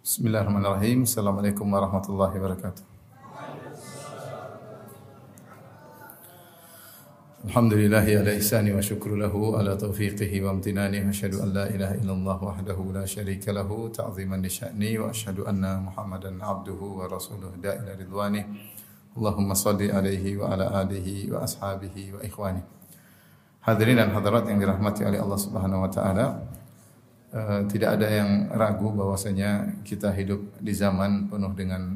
Bismillahirrahmanirrahim. Assalamualaikum warahmatullahi wabarakatuh. Alhamdulillahi ala ihsani wa syukru lahu ala taufiqihi wa amtinani wa asyhadu an la ilaha illallah wahdahu la syarika lahu ta'ziman li sya'ni wa asyhadu anna Muhammadan abduhu wa rasuluhu da'ila ridwani. Allahumma salli alaihi wa ala alihi wa ashabihi wa ikhwani. Hadirin dan hadirat yang dirahmati oleh Allah Subhanahu wa taala. Tidak ada yang ragu bahwasanya kita hidup di zaman penuh dengan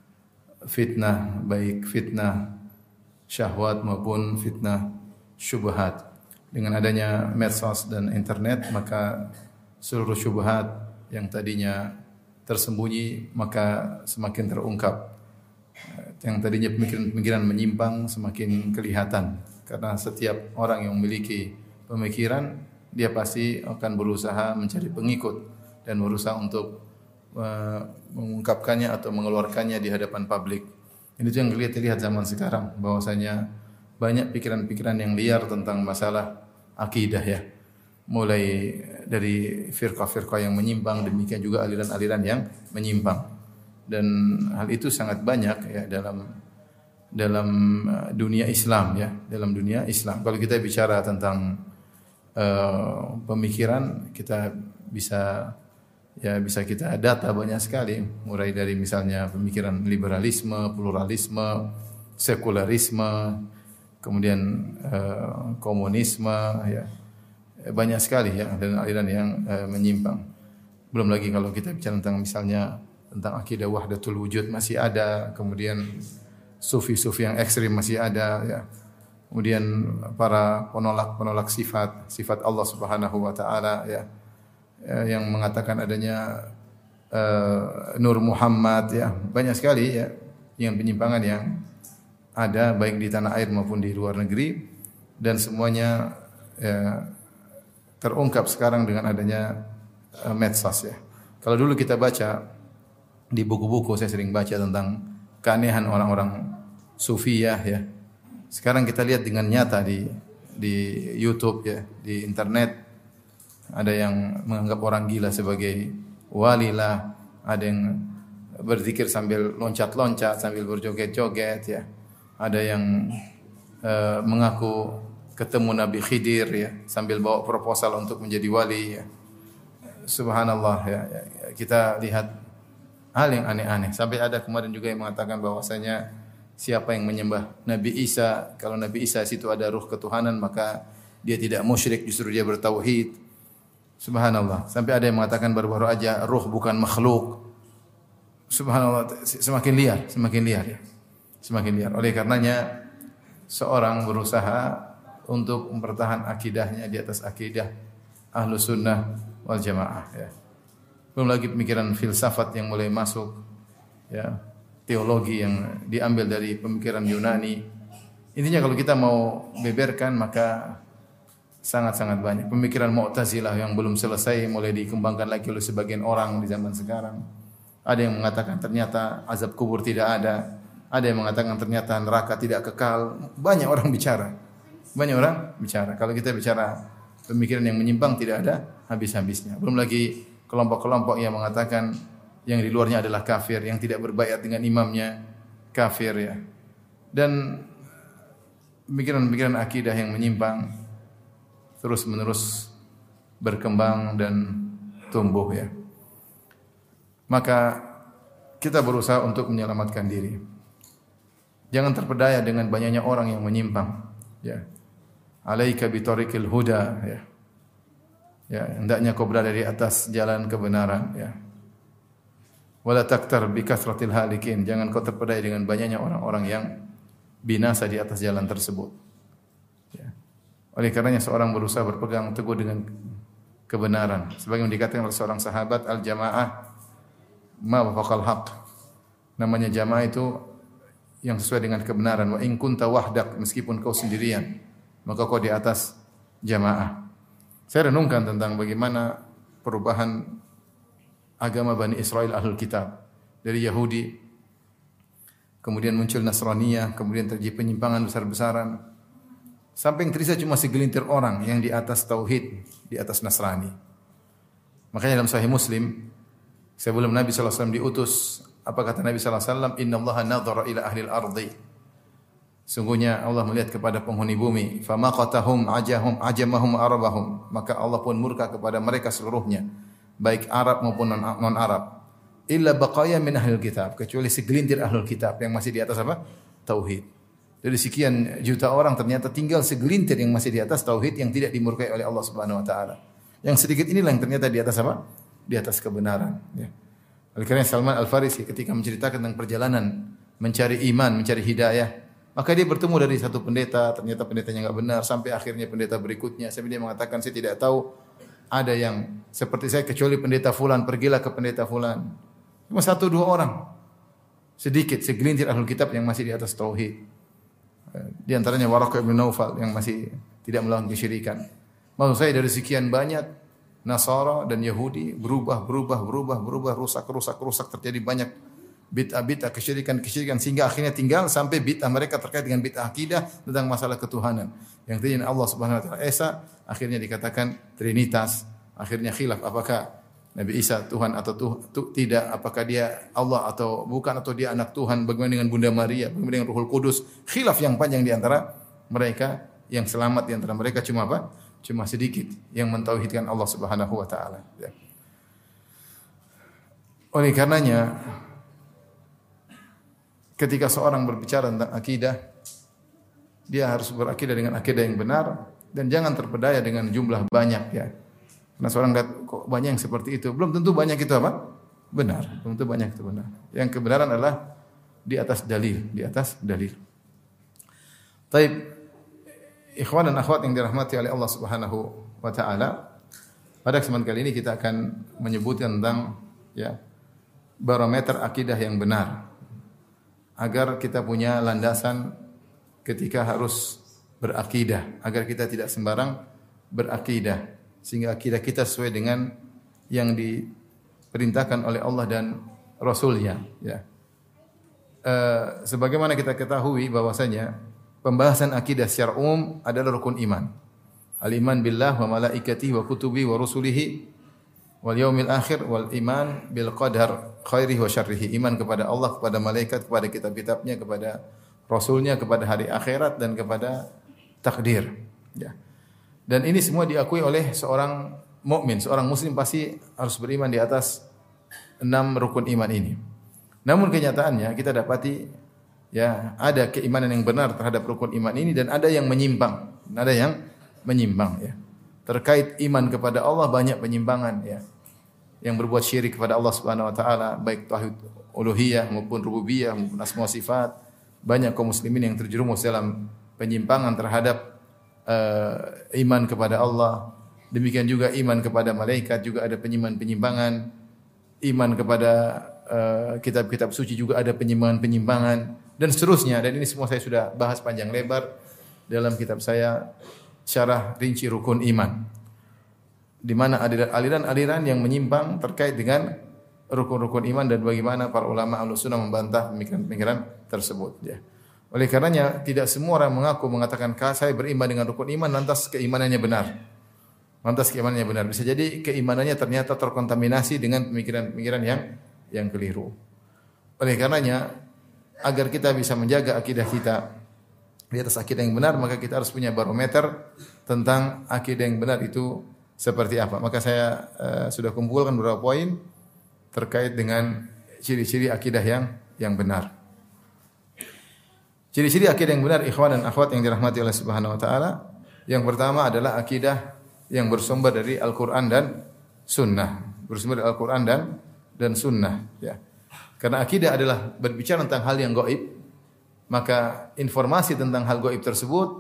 fitnah, baik fitnah syahwat maupun fitnah syubhat. Dengan adanya medsos dan internet, maka seluruh syubhat yang tadinya tersembunyi maka semakin terungkap. Yang tadinya pemikiran-pemikiran menyimpang semakin kelihatan, karena setiap orang yang memiliki pemikiran dia pasti akan berusaha mencari pengikut dan berusaha untuk mengungkapkannya atau mengeluarkannya di hadapan publik. Ini yang kita lihat zaman sekarang, bahwasanya banyak pikiran-pikiran yang liar tentang masalah akidah ya. Mulai dari firqah-firqah yang menyimpang, demikian juga aliran-aliran yang menyimpang. Dan hal itu sangat banyak ya dalam dunia Islam ya, dalam dunia Islam. Kalau kita bicara tentang pemikiran, kita bisa kita data banyak sekali, mulai dari misalnya pemikiran liberalisme, pluralisme, sekularisme, kemudian komunisme ya, banyak sekali ya, dan aliran yang menyimpang. Belum lagi kalau kita bicara tentang misalnya tentang akidah wahdatul wujud masih ada, kemudian sufi-sufi yang ekstrim masih ada ya. Kemudian para penolak sifat Allah Subhanahu wa taala ya, yang mengatakan adanya Nur Muhammad ya, banyak sekali ya yang penyimpangan yang ada baik di tanah air maupun di luar negeri, dan semuanya ya, terungkap sekarang dengan adanya medsos ya. Kalau dulu kita baca di buku-buku, saya sering baca tentang keanehan orang-orang sufiyah ya. Sekarang kita lihat dengan nyata di YouTube ya, di internet, ada yang menganggap orang gila sebagai wali lah, ada yang berzikir sambil loncat-loncat, sambil berjoget-joget ya. Ada yang mengaku ketemu Nabi Khidir ya, sambil bawa proposal untuk menjadi wali ya. Subhanallah ya, kita lihat hal yang aneh-aneh. Sampai ada kemarin juga yang mengatakan bahwasanya siapa yang menyembah Nabi Isa, kalau Nabi Isa situ ada ruh ketuhanan, maka dia tidak musyrik, justru dia bertauhid. Subhanallah. Sampai ada yang mengatakan baru-baru aja ruh bukan makhluk. Subhanallah, semakin liar ya. Semakin liar. Oleh karenanya seorang berusaha untuk mempertahankan akidahnya di atas akidah Ahlus Sunnah wal Jamaah ya. Belum lagi pemikiran filsafat yang mulai masuk ya. Teologi yang diambil dari pemikiran Yunani. Intinya kalau kita mau beberkan maka sangat-sangat banyak. Pemikiran Mu'tazilah yang belum selesai mulai dikembangkan lagi oleh sebagian orang di zaman sekarang. Ada yang mengatakan ternyata azab kubur tidak ada. Ada yang mengatakan ternyata neraka tidak kekal. Banyak orang bicara. Kalau kita bicara pemikiran yang menyimpang tidak ada habis-habisnya. Belum lagi kelompok-kelompok yang mengatakan yang di luarnya adalah kafir, yang tidak berbaiat dengan imamnya kafir ya. Dan pemikiran-pemikiran akidah yang menyimpang terus-menerus berkembang dan tumbuh ya. Maka kita berusaha untuk menyelamatkan diri. Jangan terpedaya dengan banyaknya orang yang menyimpang ya. Alaika bitariqil huda ya. Ya, hendaknya kau berada di atas jalan kebenaran ya. Wala taktar bi kasratil halikin, jangan kau terpedaya dengan banyaknya orang-orang yang binasa di atas jalan tersebut. Ya. Oleh karenanya seorang berusaha berpegang teguh dengan kebenaran. Sebagaimana dikatakan oleh seorang sahabat, al-jamaah ma wafaqal haq. Namanya jamaah itu yang sesuai dengan kebenaran. Wa in kunta wahdak, meskipun kau sendirian, maka kau di atas jamaah. Saya renungkan tentang bagaimana perubahan agama Bani Israel Ahlul Kitab. Dari Yahudi, kemudian muncul Nasraniyah, kemudian terjadi penyimpangan besar-besaran. Sampai yang tersisa cuma segelintir orang yang di atas tauhid, di atas Nasrani. Makanya dalam Sahih Muslim Sebelum Nabi sallallahu alaihi wasallam diutus, apa kata Nabi sallallahu alaihi wasallam? Innallaha nadhara ila ahli al-ardi. Sungguhnya Allah melihat kepada penghuni bumi, famaqatahum ajamahum arabahum, maka Allah pun murka kepada mereka seluruhnya, baik Arab maupun non-Arab. Illa baqaya min ahlil kitab, kecuali segelintir ahlul kitab yang masih di atas apa? Tauhid. Dari sekian juta orang ternyata tinggal segelintir yang masih di atas tauhid yang tidak dimurkai oleh Allah Subhanahu wa taala. Yang sedikit inilah yang ternyata di atas apa? Di atas kebenaran, ya. Oleh karena Salman Al-Farisi ketika menceritakan tentang perjalanan mencari iman, mencari hidayah, maka dia bertemu dari satu pendeta, ternyata pendetanya enggak benar, sampai akhirnya pendeta berikutnya, sampai dia mengatakan saya tidak tahu ada yang seperti saya kecuali pendeta fulan, pergilah ke pendeta fulan. Cuma satu dua orang. Sedikit segelintir ahlul kitab yang masih di atas tauhid. Di antaranya Waraqah bin Naufal yang masih tidak melakukan kesyirikan. Maksud saya dari sekian banyak Nasara dan Yahudi berubah, rusak terjadi banyak bid'ah kesyirikan sehingga akhirnya tinggal sampai bid'ah mereka terkait dengan bid'ah akidah tentang masalah ketuhanan. Yang tadinya Allah Subhanahu wa taala esa, akhirnya dikatakan trinitas, akhirnya khilaf apakah Nabi Isa Tuhan atau tidak, apakah dia Allah atau bukan, atau dia anak Tuhan, bagaimana dengan Bunda Maria, bagaimana dengan Ruhul Kudus. Khilaf yang panjang di antara mereka, yang selamat di antara mereka cuma apa? Cuma sedikit yang mentauhidkan Allah Subhanahu wa taala, ya. Oleh karenanya ketika seorang berbicara tentang akidah, dia harus berakidah dengan akidah yang benar dan jangan terpedaya dengan jumlah banyak, ya. Karena seorang lihat kok banyak yang seperti itu, belum tentu banyak itu apa? Benar, belum tentu banyak itu benar. Yang kebenaran adalah di atas dalil, Taib. Ikhwan dan akhwat yang dirahmati oleh Allah Subhanahu wa taala, pada kesempatan kali ini kita akan menyebutkan tentang, ya, barometer akidah yang benar agar kita punya landasan ketika harus berakidah, agar kita tidak sembarang berakidah, sehingga akidah kita sesuai dengan yang diperintahkan oleh Allah dan Rasul-Nya, ya. Sebagaimana kita ketahui bahwasanya pembahasan akidah secara umum adalah rukun iman. Al-iman billah wa malaikatihi wa kutubihi wa rusulihi wal yaumil akhir wal iman bil qadar khairihi wa syarrihi. Iman kepada Allah, kepada malaikat, kepada kitab-kitabnya, kepada rasulnya, kepada hari akhirat dan kepada takdir, ya. Dan ini semua diakui oleh seorang mukmin, seorang muslim pasti harus beriman di atas 6 rukun iman ini. Namun kenyataannya kita dapati, ya, ada keimanan yang benar terhadap rukun iman ini dan ada yang menyimpang. Ya. Terkait iman kepada Allah banyak penyimpangan, ya. Yang berbuat syirik kepada Allah Subhanahu wa taala, baik tauhid uluhiyah maupun rububiyah maupun asma wa sifat. Banyak kaum muslimin yang terjerumus dalam penyimpangan terhadap iman kepada Allah. Demikian juga iman kepada malaikat juga ada penyimpangan. Iman kepada kitab-kitab suci juga ada penyimpangan dan seterusnya. Dan ini semua saya sudah bahas panjang lebar dalam kitab saya Syarah Rinci Rukun Iman, di mana ada aliran-aliran yang menyimpang terkait dengan rukun-rukun iman dan bagaimana para ulama Ahlussunnah membantah pemikiran-pemikiran tersebut, ya. Oleh karenanya tidak semua orang mengatakan saya beriman dengan rukun iman lantas keimanannya benar. Bisa jadi keimanannya ternyata terkontaminasi dengan pemikiran-pemikiran yang keliru. Oleh karenanya agar kita bisa menjaga akidah kita di atas akidah yang benar, maka kita harus punya barometer tentang akidah yang benar itu seperti apa. Maka saya sudah kumpulkan beberapa poin terkait dengan ciri-ciri akidah yang benar. Ciri-ciri akidah yang benar, ikhwan dan akhwat yang dirahmati oleh Subhanahu wa taala, yang pertama adalah akidah yang bersumber dari Al-Qur'an dan Sunnah. Bersumber dari Al-Qur'an dan Sunnah, ya. Karena akidah adalah berbicara tentang hal yang gaib, maka informasi tentang hal gaib tersebut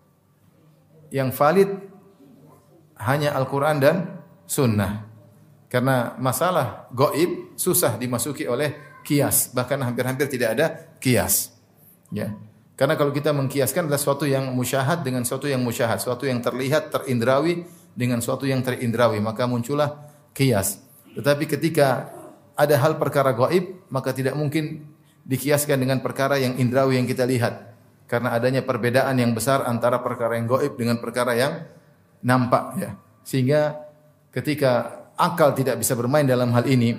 yang valid hanya Al-Quran dan Sunnah. Karena masalah gaib susah dimasuki oleh kias, bahkan hampir-hampir tidak ada kias, ya. Karena kalau kita mengkiaskan adalah sesuatu yang musyahad dengan sesuatu yang musyahad, sesuatu yang terlihat terindrawi dengan sesuatu yang terindrawi, maka muncullah kias. Tetapi ketika ada hal perkara gaib, maka tidak mungkin dikiaskan dengan perkara yang indrawi yang kita lihat. Karena adanya perbedaan yang besar antara perkara yang gaib dengan perkara yang nampak, ya. Sehingga ketika akal tidak bisa bermain dalam hal ini,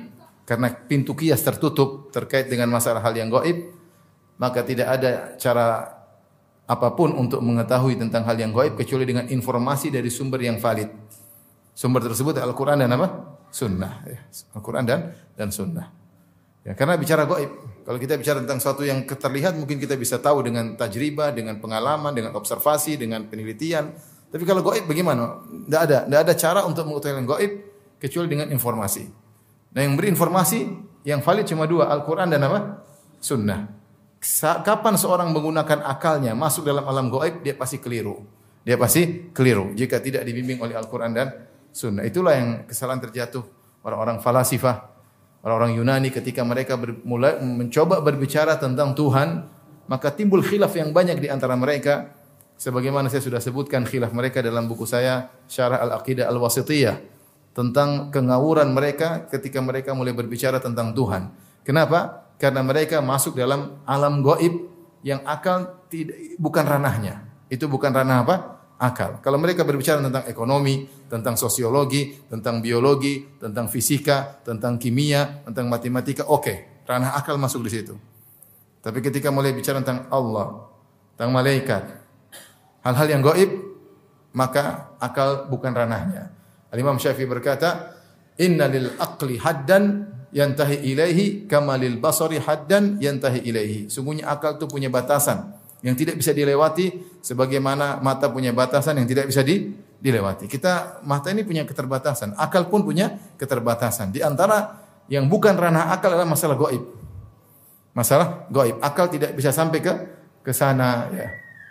Karena pintu qiyas tertutup terkait dengan masalah hal yang gaib, maka tidak ada cara apapun untuk mengetahui tentang hal yang gaib kecuali dengan informasi dari sumber yang valid. Sumber tersebut Al-Qur'an dan apa? Sunnah. Al-Qur'an dan sunnah. Ya, karena bicara gaib, kalau kita bicara tentang sesuatu yang terlihat mungkin kita bisa tahu dengan tajribah, dengan pengalaman, dengan observasi, dengan penelitian. Tapi kalau gaib bagaimana? Tidak ada cara untuk mengetahui yang gaib kecuali dengan informasi. Nah, yang beri informasi yang valid cuma dua, Al-Qur'an dan apa? Sunnah. Kapan seorang menggunakan akalnya masuk dalam alam gaib, dia pasti keliru. Dia pasti keliru jika tidak dibimbing oleh Al-Qur'an dan Sunnah. Itulah yang kesalahan terjatuh orang-orang falasifah, orang-orang Yunani ketika mereka mulai mencoba berbicara tentang Tuhan, maka timbul khilaf yang banyak di antara mereka. Sebagaimana saya sudah sebutkan khilaf mereka dalam buku saya Syarah Al-Aqidah Al-Wasithiyah, tentang kengawuran mereka ketika mereka mulai berbicara tentang Tuhan. Kenapa? Karena mereka masuk dalam alam gaib yang akal bukan ranahnya. Itu bukan ranah apa? Akal. Kalau mereka berbicara tentang ekonomi, tentang sosiologi, tentang biologi, tentang fisika, tentang kimia, tentang matematika, oke, ranah akal masuk di situ. Tapi ketika mulai bicara tentang Allah, tentang malaikat, hal-hal yang gaib, maka akal bukan ranahnya. Al-Imam Syafi'i berkata, "Inna lil aqli haddan yantahi ilaihi kama lil basari haddan yantahi ilaihi." Sungguhnya akal itu punya batasan yang tidak bisa dilewati sebagaimana mata punya batasan yang tidak bisa dilewati. Kita mata ini punya keterbatasan, akal pun punya keterbatasan. Di antara yang bukan ranah akal adalah masalah gaib. Masalah gaib, akal tidak bisa sampai ke sana ya.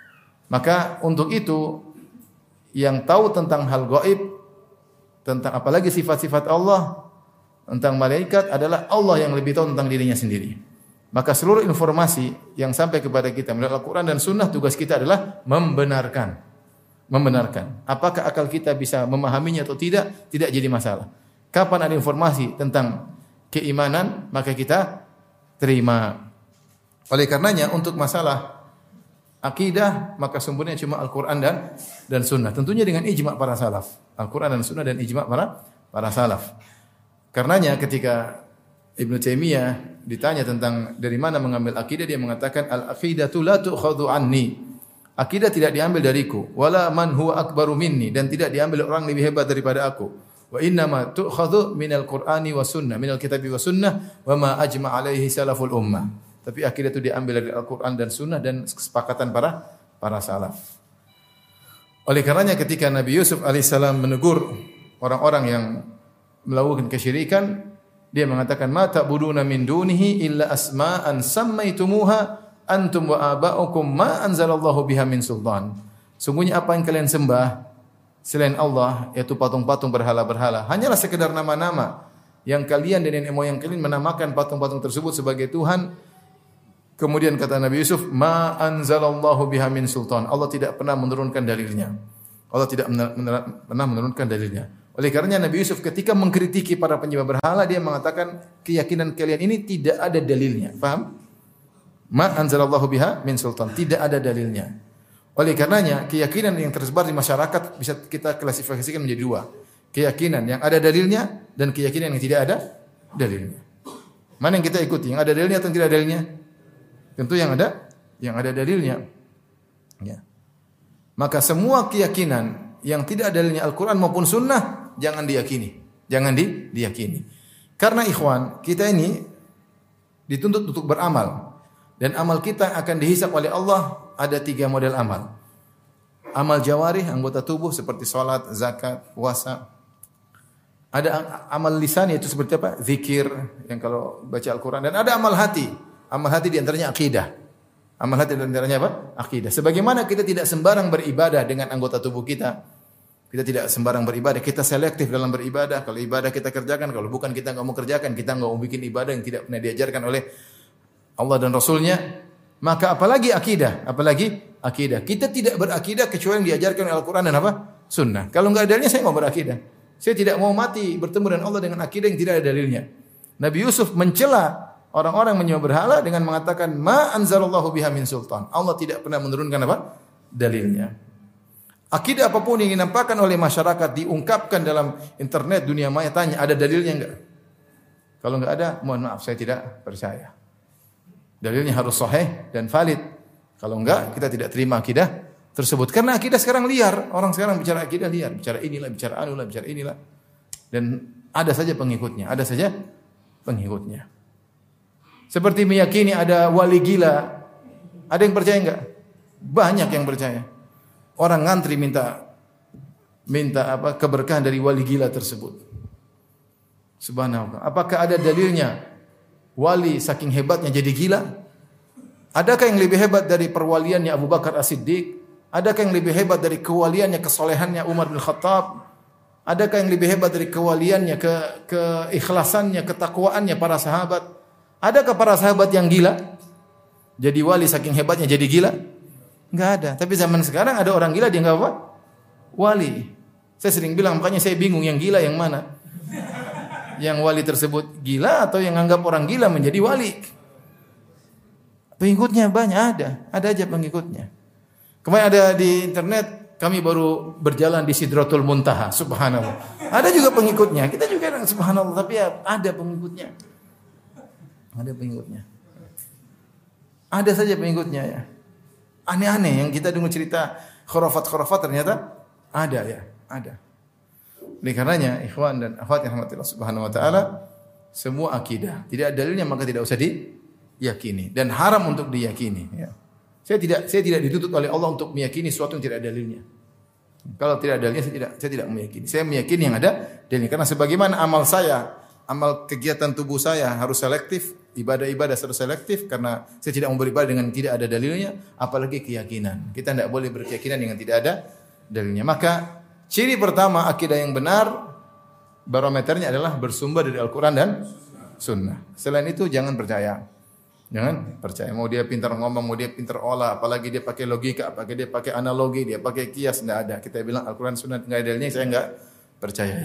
Maka untuk itu yang tahu tentang hal gaib, tentang apalagi sifat-sifat Allah, tentang malaikat adalah Allah yang lebih tahu tentang dirinya sendiri. Maka seluruh informasi yang sampai kepada kita melalui Al-Quran dan Sunnah, tugas kita adalah membenarkan. Membenarkan. Apakah akal kita bisa memahaminya atau tidak, tidak jadi masalah. Kapan ada informasi tentang keimanan, maka kita terima. Oleh karenanya, untuk masalah akidah, maka sumbernya cuma Al-Quran dan Sunnah. Tentunya dengan ijma' para salaf. Al-Quran dan Sunnah dan ijma' para salaf. Karenanya ketika Ibnu Taimiyah ditanya tentang dari mana mengambil akidah, dia mengatakan al-aqidatu la tu'khadhu anni. Akidah tidak diambil dariku, wala man huwa akbaru minni, dan tidak diambil orang lebih hebat daripada aku. Wa inna ma tu'khadhu minal Qur'ani was sunnah, minal kitabi was sunnah wa ma ajma' alaihi salaful ummah. Tapi akidah itu diambil dari Al-Qur'an dan Sunnah dan kesepakatan para salaf. Oleh karenanya ketika Nabi Yusuf alaihissalam menegur orang-orang yang melakukan kesyirikan, dia mengatakan, "Ma ta'buduna min dunihi illa asma'an sammaitumuha antum wa aba'ukum ma anzalallahu biha min sultan." Sungguhnya apa yang kalian sembah selain Allah, yaitu patung-patung berhala-berhala, hanyalah sekedar nama-nama yang kalian dan nenek moyang kalian menamakan patung-patung tersebut sebagai Tuhan. Kemudian kata Nabi Yusuf, "Ma anzalallahu biha min sultan." Allah tidak pernah menurunkan dalilnya. Allah tidak pernah menurunkan dalilnya. Oleh karenanya Nabi Yusuf ketika mengkritiki para penyembah berhala, dia mengatakan keyakinan kalian ini tidak ada dalilnya. Paham? Ma anzalallahu biha min sultan. Tidak ada dalilnya. Oleh karenanya keyakinan yang tersebar di masyarakat bisa kita klasifikasikan menjadi dua. Keyakinan yang ada dalilnya dan keyakinan yang tidak ada dalilnya. Mana yang kita ikuti? Yang ada dalilnya atau tidak ada dalilnya? Tentu yang ada dalilnya. Ya. Maka semua keyakinan yang tidak ada dalilnya Al-Quran maupun Sunnah, jangan diyakini. Jangan diyakini. Karena ikhwan, kita ini dituntut untuk beramal. Dan amal kita akan dihisab oleh Allah, ada 3 model amal. Amal jawarih, anggota tubuh seperti salat, zakat, puasa. Ada amal lisan, yaitu seperti apa? Zikir, yang kalau baca Al-Quran. Dan ada amal hati. Amal hati di antaranya akidah. Amal hati di antaranya apa? Akidah. Sebagaimana kita tidak sembarang beribadah dengan anggota tubuh kita. Kita tidak sembarang beribadah. Kita selektif dalam beribadah. Kalau ibadah kita kerjakan, kalau bukan kita enggak mau kerjakan. Kita enggak mau bikin ibadah yang tidak pernah diajarkan oleh Allah dan Rasulnya. Maka apalagi akidah? Apalagi akidah. Kita tidak berakidah kecuali yang diajarkan oleh Al-Quran dan apa? Sunnah. Kalau enggak ada dalilnya, saya mau berakidah. Saya tidak mau mati bertemu dengan Allah dengan akidah yang tidak ada dalilnya. Nabi Yusuf mencela orang-orang menyembah berhala dengan mengatakan ma anzalallahu biha min sultan. Allah tidak pernah menurunkan apa? Dalilnya. Akidah apapun yang dinampakkan oleh masyarakat diungkapkan dalam internet dunia maya, tanya ada dalilnya enggak? Kalau enggak ada, mohon maaf saya tidak percaya. Dalilnya harus sahih dan valid. Kalau enggak, kita tidak terima akidah tersebut. Karena akidah sekarang liar. Orang sekarang bicara akidah liar. Bicara inilah, bicara anulah, bicara inilah. Dan ada saja pengikutnya. Ada saja pengikutnya. Seperti meyakini ada wali gila. Ada yang percaya enggak? Banyak yang percaya. Orang ngantri minta keberkahan dari wali gila tersebut. Subhanallah. Apakah ada dalilnya wali saking hebatnya jadi gila? Adakah yang lebih hebat dari perwaliannya Abu Bakar As-Siddiq? Adakah yang lebih hebat dari kewaliannya, kesolehannya Umar bin Khattab? Adakah yang lebih hebat dari kewaliannya, keikhlasannya, ketakwaannya para sahabat? Adakah para sahabat yang gila? Jadi wali saking hebatnya jadi gila? Enggak ada. Tapi zaman sekarang ada orang gila dia enggak apa? Wali. Saya sering bilang, makanya saya bingung yang gila yang mana? Yang wali tersebut gila atau yang anggap orang gila menjadi wali? Pengikutnya banyak, ada aja pengikutnya. Kemarin ada di internet, kami baru berjalan di Sidratul Muntaha, subhanallah. Ada juga pengikutnya, kita juga subhanallah, tapi ya ada pengikutnya. Ada pengikutnya. Ada saja pengikutnya ya. Aneh-aneh yang kita dengar cerita khurafat-khurafat ternyata ada ya, ada. Oleh karenanya, ikhwan dan akhwat yang rahmatillah subhanahu wa ta'ala, semua akidah tidak ada dalilnya maka tidak usah diyakini dan haram untuk diyakini ya. Saya tidak dituntut oleh Allah untuk meyakini sesuatu yang tidak ada dalilnya. Kalau tidak ada dalilnya saya tidak meyakini. Saya meyakini yang ada dalilnya karena sebagaimana amal saya, amal kegiatan tubuh saya harus selektif, ibadah-ibadah harus selektif karena saya tidak mau beribadah dengan tidak ada dalilnya, apalagi keyakinan. Kita tidak boleh berkeyakinan dengan tidak ada dalilnya. Maka ciri pertama akidah yang benar, barometernya adalah bersumber dari Al-Quran dan Sunnah. Selain itu jangan percaya. Jangan percaya. Mau dia pintar ngomong, mau dia pintar olah, apalagi dia pakai logika, apalagi dia pakai analogi, dia pakai kias, tidak ada. Kita bilang Al-Quran Sunnah tidak ada dalilnya, saya enggak percaya.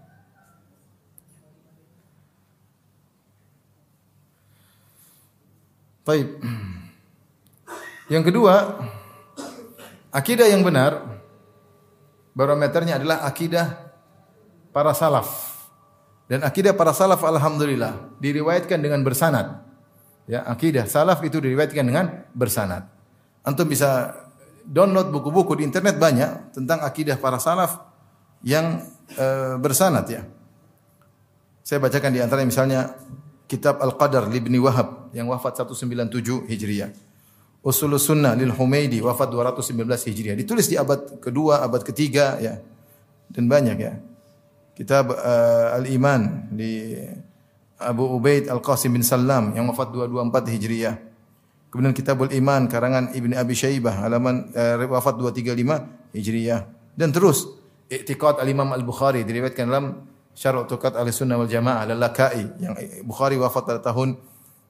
Baik. Yang kedua, akidah yang benar barometernya adalah akidah para salaf. Dan akidah para salaf alhamdulillah diriwayatkan dengan bersanad. Ya, akidah salaf itu diriwayatkan dengan bersanad. Antum bisa download buku-buku di internet banyak tentang akidah para salaf yang bersanad ya. Saya bacakan di antaranya misalnya kitab Al-Qadar li Ibni Wahab yang wafat 197 Hijriah. Usulus Sunnah lil Humaidi wafat 219 Hijriah. Ditulis di abad kedua, abad ketiga ya. Dan banyak ya. Kitab Al-Iman di Abu Ubaid Al-Qasim bin Salam yang wafat 224 Hijriah. Kemudian Kitabul Iman karangan Ibni Abi Syaibah halaman wafat 235 Hijriah. Dan terus I'tiqad Al-Imam Al-Bukhari diriwayatkan dalam Syarh I'tiqad Ahlussunnah wal Jamaah Al-Lakai yang Bukhari wafat pada tahun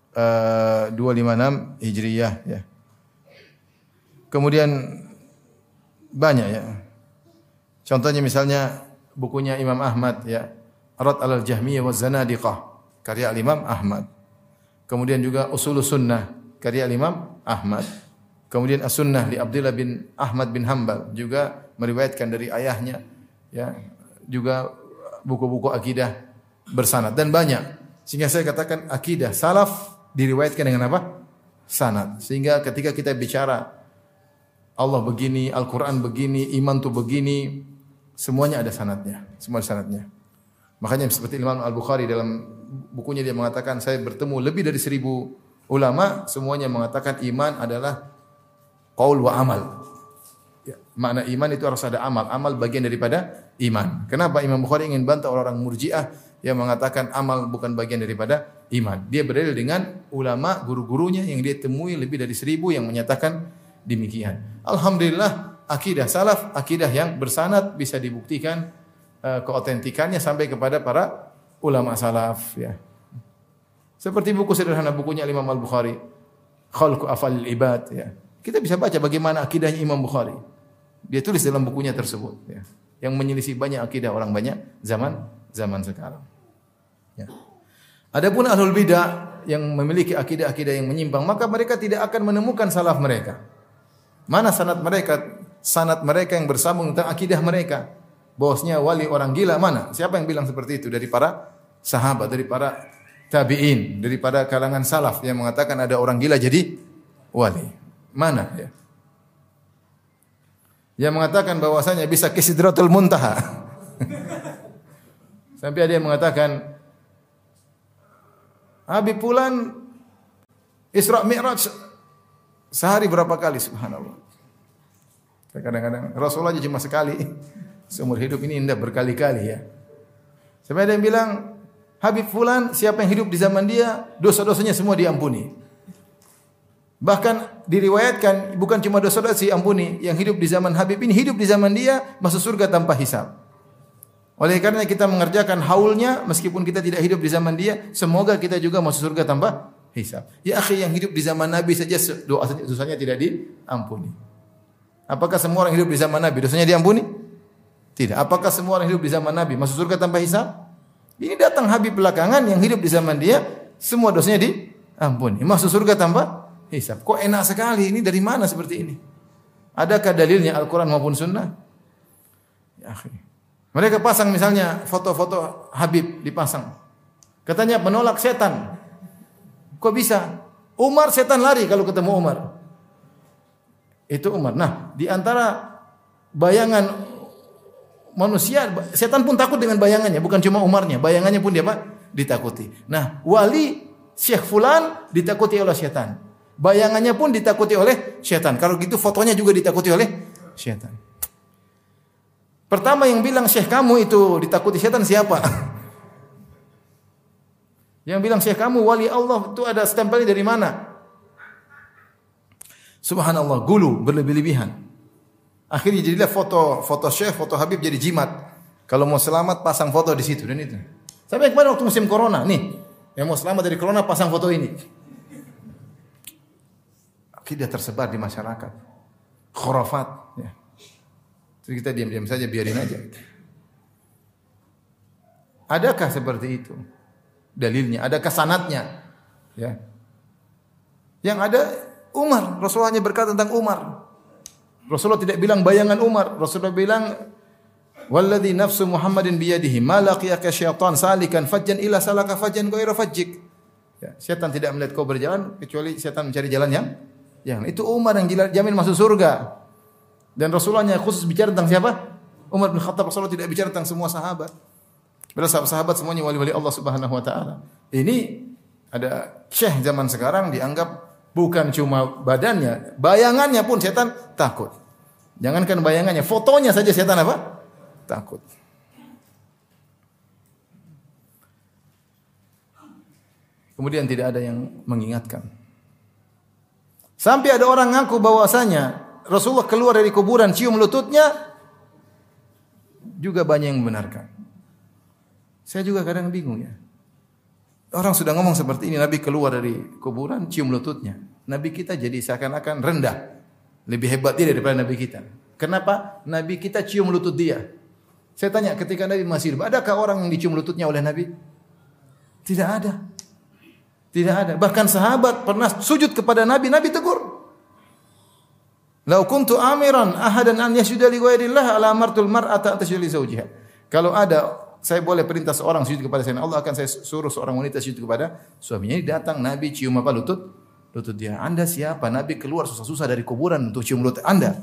256 Hijriah ya. Kemudian banyak ya. Contohnya misalnya bukunya Imam Ahmad ya, Rad al-Jahmiyah wa Zanadiqah karya Imam Ahmad. Kemudian juga Usulus Sunnah karya Imam Ahmad. Kemudian As-Sunnah li Abdullah bin Ahmad bin Hanbal juga meriwayatkan dari ayahnya ya. Juga buku-buku akidah bersanad dan banyak. Sehingga saya katakan akidah salaf diriwayatkan dengan apa? Sanad. Sehingga ketika kita bicara Allah begini, Al-Quran begini, iman itu begini, semuanya ada sanadnya. Semua ada sanadnya. Makanya seperti Imam Al-Bukhari dalam bukunya dia mengatakan, saya bertemu lebih dari 1000 ulama, semuanya mengatakan iman adalah qaul wa amal. Ya, makna iman itu harus ada amal. Amal bagian daripada iman. Kenapa Imam Bukhari ingin bantah orang-orang Murji'ah yang mengatakan amal bukan bagian daripada iman. Dia berdalil dengan ulama, guru-gurunya yang dia temui lebih dari 1000 yang menyatakan demikian. Alhamdulillah akidah salaf, akidah yang bersanad bisa dibuktikan keotentikannya sampai kepada para ulama salaf ya. Seperti buku sederhana bukunya Imam Al-Bukhari, Khalqu Af'alil Ibad ya. Kita bisa baca bagaimana akidahnya Imam Bukhari. Dia tulis dalam bukunya tersebut ya. Yang menyelisih banyak akidah orang banyak zaman sekarang. Ya. Adapun ahlul bidah yang memiliki akidah-akidah yang menyimpang, maka mereka tidak akan menemukan salaf mereka. Mana sanad mereka? Sanad mereka yang bersambung tentang akidah mereka. Bahwasanya wali orang gila mana? Siapa yang bilang seperti itu? Dari para sahabat, dari para tabi'in, daripada kalangan salaf yang mengatakan ada orang gila jadi wali. Mana ya? Yang mengatakan bahwasanya bisa ke Sidratul Muntaha. Sampai ada yang mengatakan Habib fulan Isra Mi'raj sehari berapa kali, subhanallah. Kadang-kadang Rasulullah aja cuma sekali. Seumur hidup ini indah berkali-kali ya. Sampai ada yang bilang Habib fulan siapa yang hidup di zaman dia dosa-dosanya semua diampuni. Bahkan diriwayatkan bukan cuma dosa-dosa diampuni, yang hidup di zaman Habib ini hidup di zaman dia masuk surga tanpa hisab. Oleh karena kita mengerjakan haulnya meskipun kita tidak hidup di zaman dia, semoga kita juga masuk surga tanpa hisab. Ya akhi, yang hidup di zaman Nabi saja dosanya tidak diampuni. Apakah semua orang hidup di zaman Nabi dosanya diampuni? Tidak. Apakah semua orang hidup di zaman Nabi masuk surga tanpa hisab? Ini datang Habib belakangan yang hidup di zaman dia semua dosanya diampuni, masuk surga tanpa hisab. Kok enak sekali, ini dari mana seperti ini? Adakah dalilnya Al-Quran maupun Sunnah? Ya akhi. Mereka pasang misalnya foto-foto Habib dipasang. Katanya menolak setan. Kok bisa? Umar setan lari kalau ketemu Umar. Itu Umar. Nah, di antara bayangan manusia, setan pun takut dengan bayangannya, bukan cuma Umarnya, bayangannya pun dia apa? Ditakuti. Nah, wali Syekh fulan ditakuti oleh setan. Bayangannya pun ditakuti oleh setan. Kalau gitu fotonya juga ditakuti oleh setan. Pertama yang bilang syekh kamu itu ditakuti setan siapa? Yang bilang syekh kamu wali Allah itu ada stempelnya dari mana? Subhanallah, gulu berlebih-lebihan. Akhirnya jadilah foto syekh, foto Habib jadi jimat. Kalau mau selamat pasang foto di situ dan itu. Sampai kemarin waktu musim corona, nih, yang mau selamat dari corona pasang foto ini. Akidah tersebar di masyarakat. Khurafat, ya. Jadi kita diam-diam saja, biarin aja. Adakah seperti itu? Dalilnya, adakah sanadnya? Ya. Yang ada Umar, Rasulullah hanya berkata tentang Umar. Rasulullah tidak bilang bayangan Umar. Rasulullah bilang walladzi nafsu Muhammadin biyadihi ma laqiyaka syaitan salikan fajjan illa salaka fajjan ghairu fajjik. Ya, setan tidak melihat kau berjalan kecuali setan mencari jalan yang itu Umar yang jamin masuk surga. Dan Rasulullah hanya khusus bicara tentang siapa? Umar bin Khattab. Rasulullah tidak bicara tentang semua sahabat. Padahal sahabat semuanya wali-wali Allah Subhanahu wa taala. Ini ada syekh zaman sekarang dianggap bukan cuma badannya, bayangannya pun setan takut. Jangankan bayangannya, fotonya saja setan apa? Takut. Kemudian tidak ada yang mengingatkan. Sampai ada orang ngaku bahwasanya Rasulullah keluar dari kuburan cium lututnya, juga banyak yang membenarkan. Saya juga kadang bingung ya. Orang sudah ngomong seperti ini, Nabi keluar dari kuburan cium lututnya. Nabi kita jadi seakan-akan rendah. Lebih hebat dia daripada Nabi kita. Kenapa? Nabi kita cium lutut dia. Saya tanya ketika Nabi masih hidup, adakah orang yang dicium lututnya oleh Nabi? Tidak ada. Tidak ada. Bahkan sahabat pernah sujud kepada Nabi, Nabi tegur. Lau kuntu amiran ahadan an yasjuda li ghairillah ala amartul mar'ata tasjuda li zawjiha. Kalau ada saya boleh perintah seorang sujud kepada selain Allah, akan saya suruh seorang wanita sujud kepada suaminya. Ini datang Nabi cium apa lutut dia. Anda siapa? Nabi keluar susah-susah dari kuburan untuk cium lutut Anda.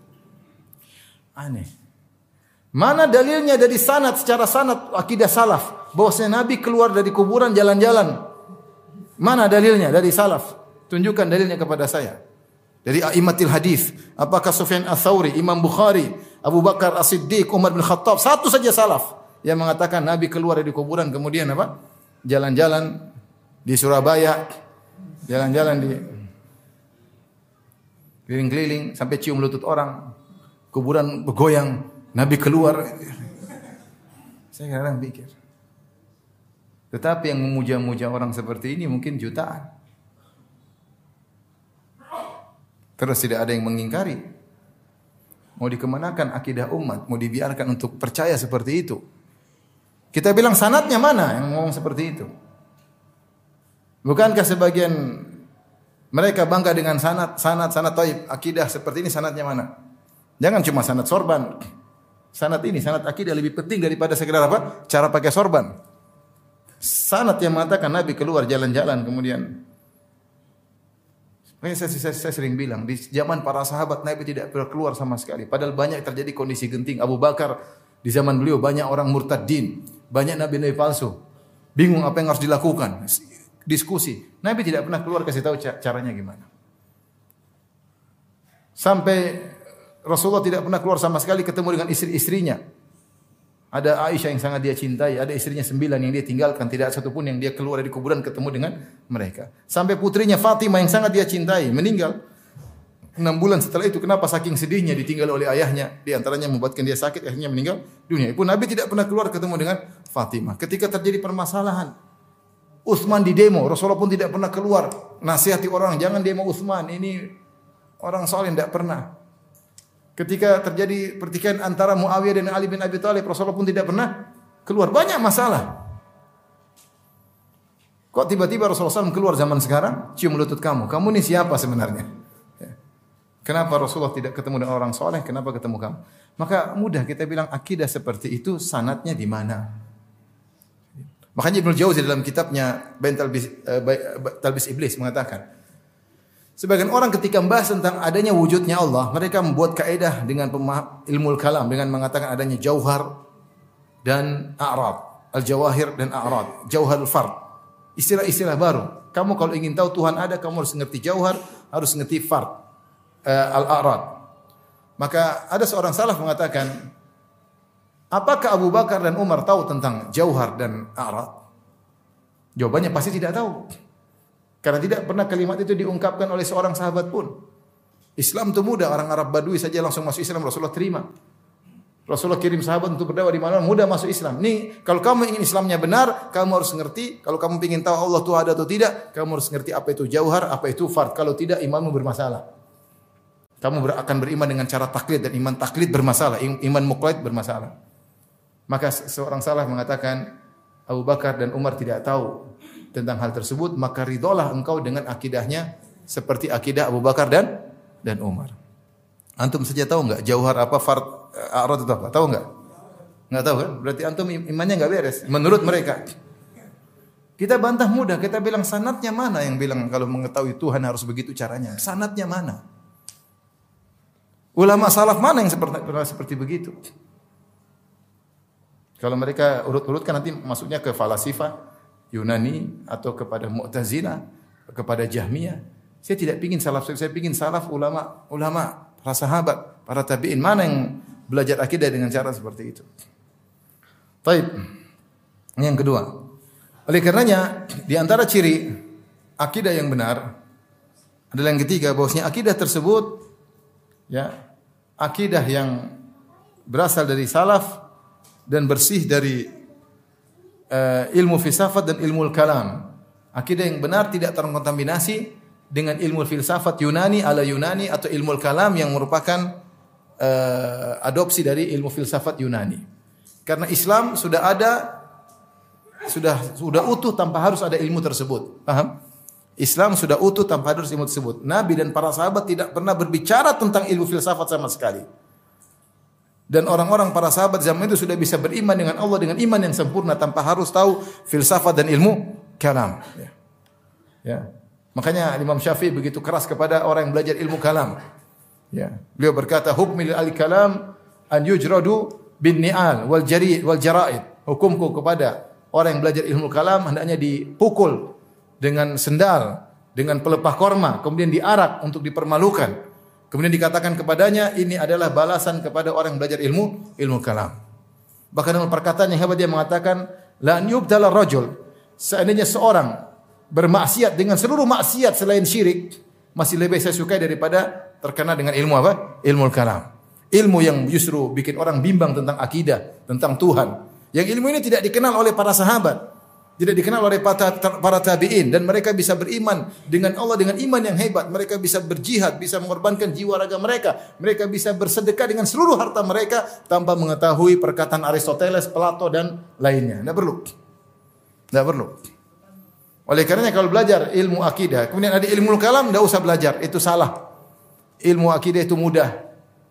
Aneh. Mana dalilnya dari sanad, secara sanad akidah salaf bahwasanya Nabi keluar dari kuburan jalan-jalan? Mana dalilnya dari salaf? Tunjukkan dalilnya kepada saya. Dari a'immatil hadis, apakah Sufyan Ats-Tsauri, Imam Bukhari, Abu Bakar As-Siddiq, Umar bin Khattab, satu saja salaf yang mengatakan Nabi keluar dari kuburan kemudian apa? Jalan-jalan di Surabaya, jalan-jalan di keliling-keliling sampai cium lutut orang. Kuburan bergoyang, Nabi keluar. Saya kadang pikir. Tetapi yang memuja-muja orang seperti ini mungkin jutaan. Terus tidak ada yang mengingkari. Mau dikemanakan akidah umat? Mau dibiarkan untuk percaya seperti itu? Kita bilang sanadnya mana yang ngomong seperti itu? Bukankah sebagian mereka bangga dengan sanad taib, akidah seperti ini sanadnya mana? Jangan cuma sanad sorban. Sanad ini, sanad akidah lebih penting daripada sekedar apa? Cara pakai sorban. sanad yang mengatakan Nabi keluar jalan-jalan kemudian. Makanya saya sering bilang di zaman para sahabat Nabi tidak pernah keluar sama sekali. Padahal banyak terjadi kondisi genting. Abu Bakar di zaman beliau banyak orang murtadin, banyak nabi-nabi palsu. Bingung apa yang harus dilakukan. Diskusi. Nabi tidak pernah keluar kasih tahu caranya gimana. Sampai Rasulullah tidak pernah keluar sama sekali ketemu dengan istri-istrinya. Ada Aisyah yang sangat dia cintai, ada istrinya 9 yang dia tinggalkan, tidak ada satupun yang dia keluar dari kuburan ketemu dengan mereka. Sampai putrinya Fatimah yang sangat dia cintai meninggal 6 bulan setelah itu. Kenapa? Saking sedihnya ditinggal oleh ayahnya, di antaranya membuatkan dia sakit, akhirnya meninggal dunia. Pun Nabi tidak pernah keluar ketemu dengan Fatimah. Ketika terjadi permasalahan, Utsman di demo, Rasulullah pun tidak pernah keluar nasihati orang, jangan demo Utsman, ini orang saleh, tidak pernah. Ketika terjadi pertikaian antara Muawiyah dan Ali bin Abi Thalib, Rasulullah pun tidak pernah keluar. Banyak masalah. Kok tiba-tiba Rasulullah SAW keluar zaman sekarang, cium lutut kamu. Kamu ini siapa sebenarnya? Kenapa Rasulullah tidak ketemu dengan orang soleh? Kenapa ketemu kamu? Maka mudah kita bilang akidah seperti itu sanadnya di mana? Makanya Ibnu Jauzi dalam kitabnya Bain Talbis Iblis mengatakan, sebagian orang ketika membahas tentang adanya wujudnya Allah, mereka membuat kaidah dengan ilmu kalam dengan mengatakan adanya jauhar dan a'rad, al-jawahir dan a'rad, jauharul fard. Istilah-istilah baru. Kamu kalau ingin tahu Tuhan ada, kamu harus mengerti jauhar, harus mengerti fard, al-a'rad. Maka ada seorang salaf mengatakan, apakah Abu Bakar dan Umar tahu tentang jauhar dan a'rad? Jawabannya pasti tidak tahu. Karena tidak pernah kalimat itu diungkapkan oleh seorang sahabat pun. Islam itu mudah, orang Arab Badui saja langsung masuk Islam, Rasulullah terima. Rasulullah kirim sahabat untuk berdakwah di mana-mana, mudah masuk Islam. Nih, kalau kamu ingin Islamnya benar, kamu harus ngerti. Kalau kamu ingin tahu Allah itu ada atau tidak, kamu harus ngerti apa itu jauhar, apa itu fard. Kalau tidak, imanmu bermasalah. Kamu akan beriman dengan cara taklid, dan iman taklid bermasalah, iman muqallid bermasalah. Maka seorang salaf mengatakan, Abu Bakar dan Umar tidak tahu tentang hal tersebut, maka ridholah engkau dengan akidahnya seperti akidah Abu Bakar dan Umar. Antum saja tahu enggak jauhar apa, fard, a'rad itu apa? Tahu enggak? Enggak tahu kan? Berarti antum imannya enggak beres menurut mereka. Kita bantah mudah, kita bilang sanadnya mana yang bilang kalau mengetahui Tuhan harus begitu caranya? Sanadnya mana? Ulama salaf mana yang seperti begitu? Kalau mereka urut-urutkan nanti masuknya ke falasifah Yunani atau kepada Mu'tazilah, kepada Jahmiyah. Saya tidak ingin salaf, saya ingin salaf ulama, para sahabat, para tabi'in. Mana yang belajar akidah dengan cara seperti itu? Baik. Yang kedua. Oleh karenanya, di antara ciri akidah yang benar adalah yang ketiga, bahwasanya akidah tersebut ya, akidah yang berasal dari salaf dan bersih dari ilmu filsafat dan ilmu kalam. Akidah yang benar tidak terkontaminasi dengan ilmu filsafat Yunani ala Yunani atau ilmu kalam yang merupakan adopsi dari ilmu filsafat Yunani. Karena Islam sudah ada, sudah utuh tanpa harus ada ilmu tersebut. Paham? Islam sudah utuh tanpa harus ilmu tersebut. Nabi dan para sahabat tidak pernah berbicara tentang ilmu filsafat sama sekali. Dan orang-orang para sahabat zaman itu sudah bisa beriman dengan Allah dengan iman yang sempurna tanpa harus tahu filsafat dan ilmu kalam. Ya. Makanya Imam Syafi'i begitu keras kepada orang yang belajar ilmu kalam. Ya. Beliau berkata, "Hukmil al-kalam an yujradu bin ni'al wal jara'id." Hukumku kepada orang yang belajar ilmu kalam hendaknya dipukul dengan sendal, dengan pelepah korma, kemudian diarak untuk dipermalukan. Kemudian dikatakan kepadanya, ini adalah balasan kepada orang yang belajar ilmu kalam. Bahkan dalam perkataan yang hebat dia mengatakan, la yubtala rajul. Seandainya seorang bermaksiat dengan seluruh maksiat selain syirik, masih lebih saya sukai daripada terkena dengan ilmu apa? Ilmu kalam. Ilmu yang justru bikin orang bimbang tentang akidah, tentang Tuhan. Yang ilmu ini tidak dikenal oleh para sahabat. Tidak dikenal oleh para tabi'in, dan mereka bisa beriman dengan Allah dengan iman yang hebat. Mereka bisa berjihad, bisa mengorbankan jiwa raga mereka. Mereka bisa bersedekah dengan seluruh harta mereka tanpa mengetahui perkataan Aristoteles, Plato dan lainnya. Tidak perlu. Tidak perlu. Oleh karenanya kalau belajar ilmu akidah, kemudian ada ilmu kalam, tidak usah belajar, itu salah. Ilmu akidah itu mudah.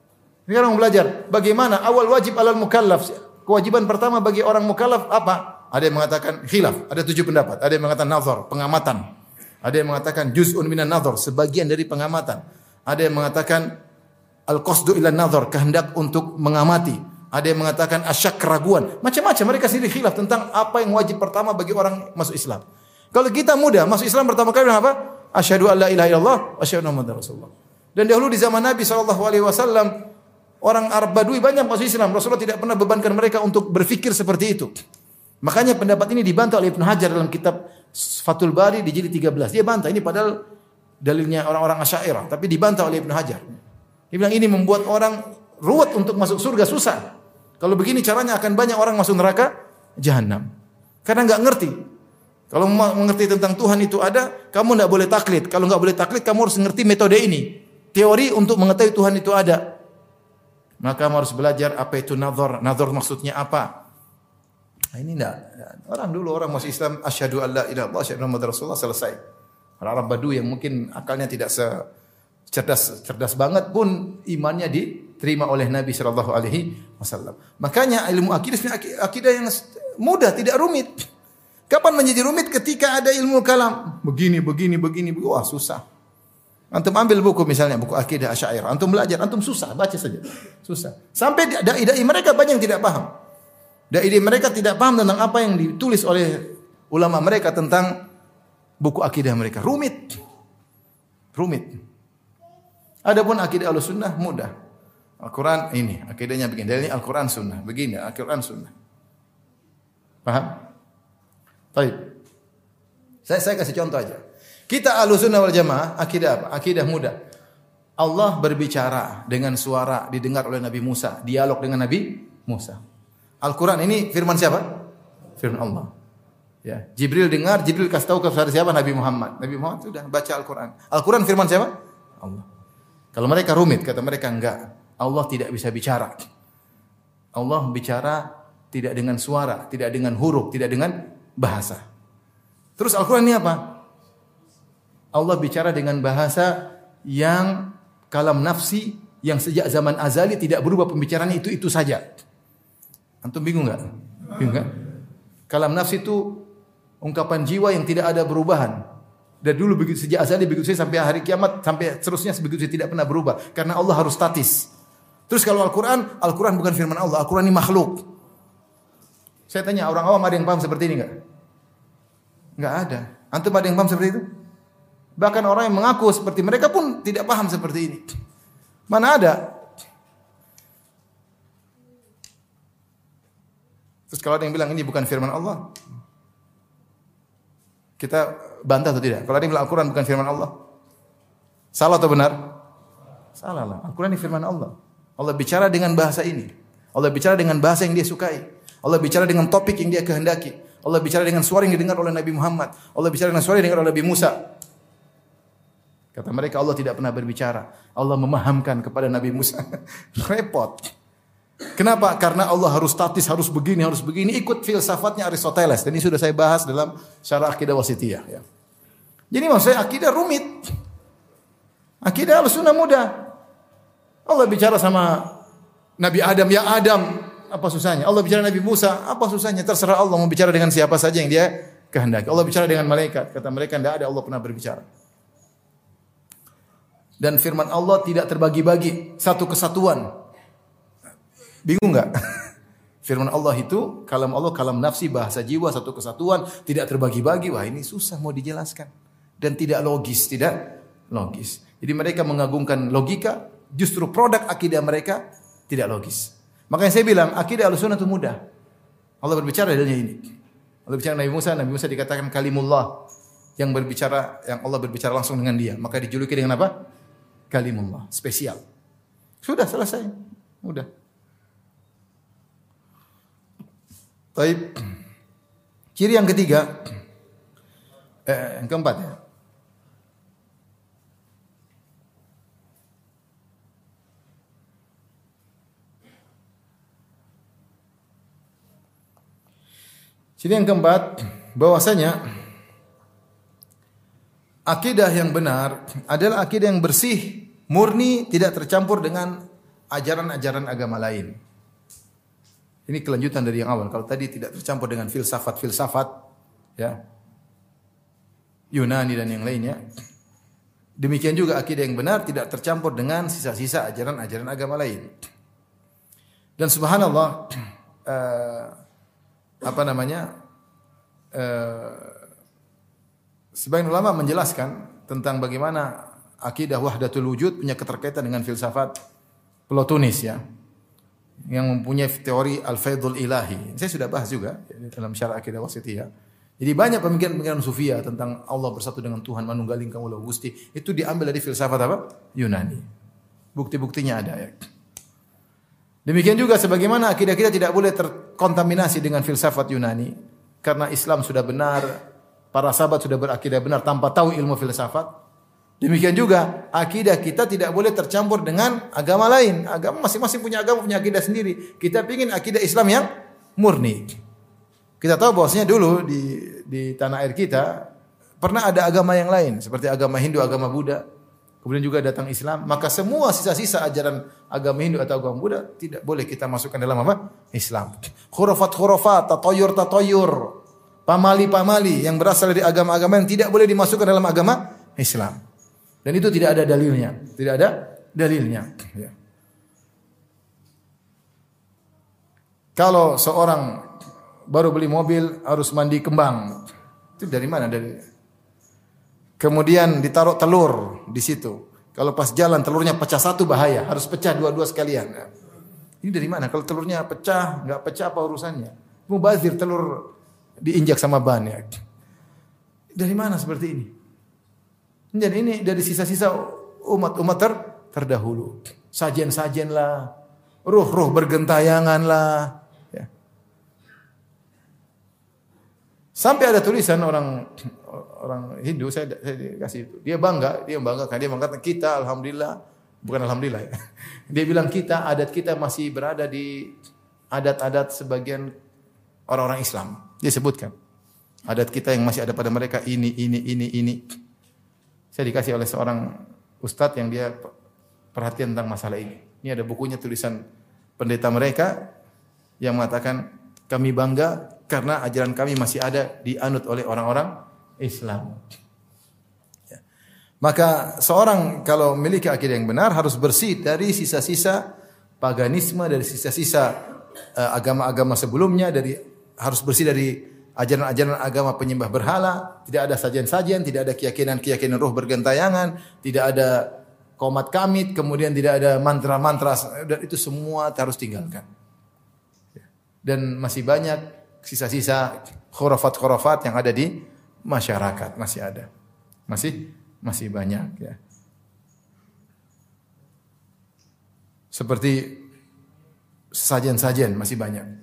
Sekarang belajar bagaimana awal wajib alal mukallaf. Kewajiban pertama bagi orang mukallaf apa? Ada yang mengatakan khilaf, ada 7 pendapat. Ada yang mengatakan nazar, pengamatan. Ada yang mengatakan juz'un minan nazar, sebagian dari pengamatan. Ada yang mengatakan al-qasdu ila nazar, kehendak untuk mengamati. Ada yang mengatakan asyak, keraguan. Macam-macam mereka sendiri khilaf tentang apa yang wajib pertama bagi orang masuk Islam. Kalau kita muda masuk Islam pertama kali apa? Asyhadu an la ilaha illallah wa asyhadu anna muhammadar rasulullah. Dan dahulu di zaman Nabi SAW, orang Arab Badui banyak masuk Islam. Rasulullah tidak pernah bebankan mereka untuk berfikir seperti itu. Makanya pendapat ini dibantah oleh Ibnu Hajar dalam kitab Fathul Bari di jilid 13. Dia bantah ini padahal dalilnya orang-orang Asy'ariyah, tapi dibantah oleh Ibnu Hajar. Dia bilang ini membuat orang ruwet untuk masuk surga, susah. Kalau begini caranya akan banyak orang masuk neraka jahanam. Karena enggak ngerti. Kalau mengerti tentang Tuhan itu ada, kamu enggak boleh taklid. Kalau enggak boleh taklid, kamu harus ngerti metode ini. Teori untuk mengetahui Tuhan itu ada. Maka kamu harus belajar apa itu nazar. Nazar maksudnya apa? Nah, ini enggak. Orang masuk Islam asyhadu an la ilaha illallah asyhadu anna muhammadar rasulullah, selesai. Orang Arab Badui yang mungkin akalnya tidak cerdas banget pun imannya diterima oleh Nabi sallallahu alaihi wasallam. Makanya ilmu akidah yang mudah, tidak rumit. Kapan menjadi rumit? Ketika ada ilmu kalam. Begini. Wah, susah. Antum ambil buku misalnya, buku akidah Asy'ariyah. Antum belajar, antum susah, baca saja. Susah. Sampai dai-dai mereka banyak yang tidak paham. Dai-dai mereka tidak paham tentang apa yang ditulis oleh ulama mereka tentang buku akidah mereka. Rumit. Adapun akidah Ahlussunnah mudah. Al-Quran ini, akidahnya begini. Dalilnya Al-Quran Sunnah. Begini, Al-Quran Sunnah. Paham? Baik. Saya kasih contoh aja. Kita Ahlussunnah wal Jamaah, akidah apa? Akidah mudah. Allah berbicara dengan suara didengar oleh Nabi Musa, dialog dengan Nabi Musa. Al-Quran ini firman siapa? Firman Allah. Ya, Jibril dengar, Jibril kasih tahu kepada siapa? Nabi Muhammad. Nabi Muhammad sudah baca Al-Quran. Al-Quran firman siapa? Allah. Kalau mereka rumit, kata mereka enggak. Allah tidak bisa bicara. Allah bicara tidak dengan suara, tidak dengan huruf, tidak dengan bahasa. Terus Al-Quran ini apa? Allah bicara dengan bahasa yang kalam nafsi, yang sejak zaman azali tidak berubah pembicaraannya itu saja. Antum bingung enggak? Bingung enggak? Kalam nafsi itu ungkapan jiwa yang tidak ada perubahan. Dari dulu begitu, sejak azali begitu saja sampai hari kiamat, sampai seterusnya begitu tidak pernah berubah. Karena Allah harus statis. Terus kalau Al-Quran bukan firman Allah, Al-Quran ini makhluk. Saya tanya orang awam, ada yang paham seperti ini enggak? Enggak ada. Antum ada yang paham seperti itu? Bahkan orang yang mengaku seperti mereka pun tidak paham seperti ini. Mana ada? Terus kalau ada yang bilang ini bukan firman Allah, kita bantah atau tidak? Kalau ada yang bilang Al-Quran bukan firman Allah, salah atau benar? Salah lah. Al-Quran ini firman Allah. Allah bicara dengan bahasa ini. Allah bicara dengan bahasa yang dia sukai. Allah bicara dengan topik yang dia kehendaki. Allah bicara dengan suara yang didengar oleh Nabi Muhammad. Allah bicara dengan suara yang didengar oleh Nabi Musa. Kata mereka Allah tidak pernah berbicara. Allah memahamkan kepada Nabi Musa. Repot. Kenapa? Karena Allah harus statis, harus begini. Ikut filsafatnya Aristoteles. Dan ini sudah saya bahas dalam Syarah Aqidah Wasithiyah. Ya. Jadi maksudnya akidah rumit. Akidah Ahlussunnah mudah. Allah bicara sama Nabi Adam, ya Adam, apa susahnya? Allah bicara Nabi Musa, apa susahnya? Terserah Allah mau bicara dengan siapa saja yang dia kehendaki. Allah bicara dengan malaikat. Kata mereka tidak ada Allah pernah berbicara. Dan firman Allah tidak terbagi-bagi, satu kesatuan. Bingung enggak? Firman Allah itu kalam Allah, kalam nafsi, bahasa jiwa, satu kesatuan, tidak terbagi-bagi. Wah, ini susah mau dijelaskan dan tidak logis. Jadi mereka mengagungkan logika, justru produk akidah mereka tidak logis. Makanya saya bilang akidah Ahlussunnah itu mudah. Allah berbicara dalilnya ini. Allah bicara Nabi Musa dikatakan kalimullah, yang Allah berbicara langsung dengan dia, maka dijuluki dengan apa? Kalimullah, spesial. Sudah selesai. Mudah. Baik. Ciri yang ketiga, yang keempat ya. Ciri yang keempat, bahwasanya akidah yang benar adalah akidah yang bersih, murni, tidak tercampur dengan ajaran-ajaran agama lain. Ini kelanjutan dari yang awal. Kalau tadi tidak tercampur dengan filsafat-filsafat, ya, Yunani dan yang lainnya. Demikian juga akidah yang benar tidak tercampur dengan sisa-sisa ajaran-ajaran agama lain. Dan subhanallah, sebagian ulama menjelaskan tentang bagaimana akidah wahdatul wujud punya keterkaitan dengan filsafat Plotinus, ya, yang mempunyai teori al-faidul ilahi. Saya sudah bahas juga dalam syarah akidah wasithiyah. Jadi banyak pemikiran-pemikiran sufia tentang Allah bersatu dengan Tuhan, manunggaling kaulah Gusti, itu diambil dari filsafat apa? Yunani. Bukti-buktinya ada, ya. Demikian juga sebagaimana akidah kita tidak boleh terkontaminasi dengan filsafat Yunani, karena Islam sudah benar, para sahabat sudah berakidah benar tanpa tahu ilmu filsafat. Demikian juga akidah kita tidak boleh tercampur dengan agama lain. Agama masing-masing punya agama, punya akidah sendiri. Kita ingin akidah Islam yang murni. Kita tahu bahwasanya dulu di tanah air kita pernah ada agama yang lain seperti agama Hindu, agama Buddha. Kemudian juga datang Islam, maka semua sisa-sisa ajaran agama Hindu atau agama Buddha tidak boleh kita masukkan dalam apa? Islam. Khurafat, tatoyur, pamali-pamali yang berasal dari agama-agama yang tidak boleh dimasukkan dalam agama Islam. Dan itu tidak ada dalilnya, tidak ada dalilnya. Ya. Kalau seorang baru beli mobil harus mandi kembang, itu dari mana dalilnya? Kemudian ditaruh telur di situ. Kalau pas jalan telurnya pecah satu bahaya, harus pecah dua-dua sekalian. Nah, ini dari mana? Kalau telurnya pecah, nggak pecah apa urusannya? Mubazir telur diinjak sama ban, ya. Dari mana seperti ini? Jadi ini dari sisa-sisa umat-umat terdahulu. Sajen-sajen lah, ruh-ruh bergentayangan lah. Ya. Sampai ada tulisan orang Hindu, saya kasih itu. Dia mengatakan kita, alhamdulillah, bukan alhamdulillah. Ya. Dia bilang adat kita masih berada di adat-adat sebagian orang-orang Islam. Dia sebutkan adat kita yang masih ada pada mereka ini. Saya dikasih oleh seorang ustadz yang dia perhatian tentang masalah ini. Ini ada bukunya tulisan pendeta mereka yang mengatakan kami bangga karena ajaran kami masih ada dianut oleh orang-orang Islam. Ya. Maka seorang kalau memiliki akidah yang benar harus bersih dari sisa-sisa paganisme, dari sisa-sisa agama-agama sebelumnya, harus bersih dari ajaran-ajaran agama penyembah berhala, tidak ada sajian-sajian, tidak ada keyakinan-keyakinan roh bergentayangan, tidak ada qomat kamit, kemudian tidak ada mantra-mantra, dan itu semua harus tinggalkan. Dan masih banyak sisa-sisa khurafat-khurafat yang ada di masyarakat, masih ada. Masih banyak, ya. Seperti sajian-sajian masih banyak.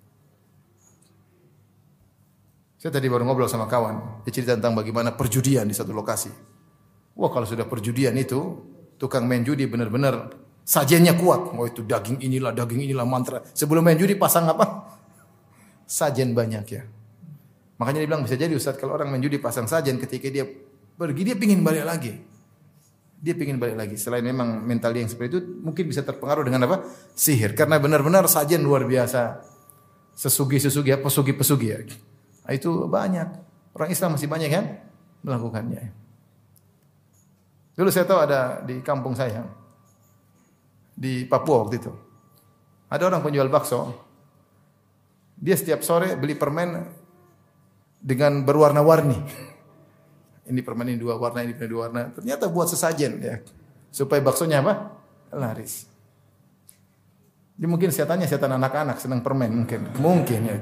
Saya tadi baru ngobrol sama kawan, dia cerita tentang bagaimana perjudian di satu lokasi. Wah, kalau sudah perjudian itu, tukang main judi benar-benar sajiannya kuat. Oh, itu daging inilah mantra. Sebelum main judi pasang apa? Sajian banyak, ya. Makanya dia bilang bisa jadi Ustaz kalau orang main judi pasang sajian, ketika dia pergi dia pingin balik lagi. Selain memang mental dia yang seperti itu, mungkin bisa terpengaruh dengan apa? Sihir. Karena benar-benar sajian luar biasa. Pesugi-pesugi, ya. Itu banyak. Orang Islam masih banyak kan melakukannya. Dulu saya tahu ada di kampung saya, di Papua waktu itu. Ada orang penjual bakso. Dia setiap sore beli permen dengan berwarna-warni. Ini permen ini dua warna, ini dua warna. Ternyata buat sesajen, ya. Supaya baksonya apa? Laris. Dia mungkin setan anak-anak senang permen mungkin ya.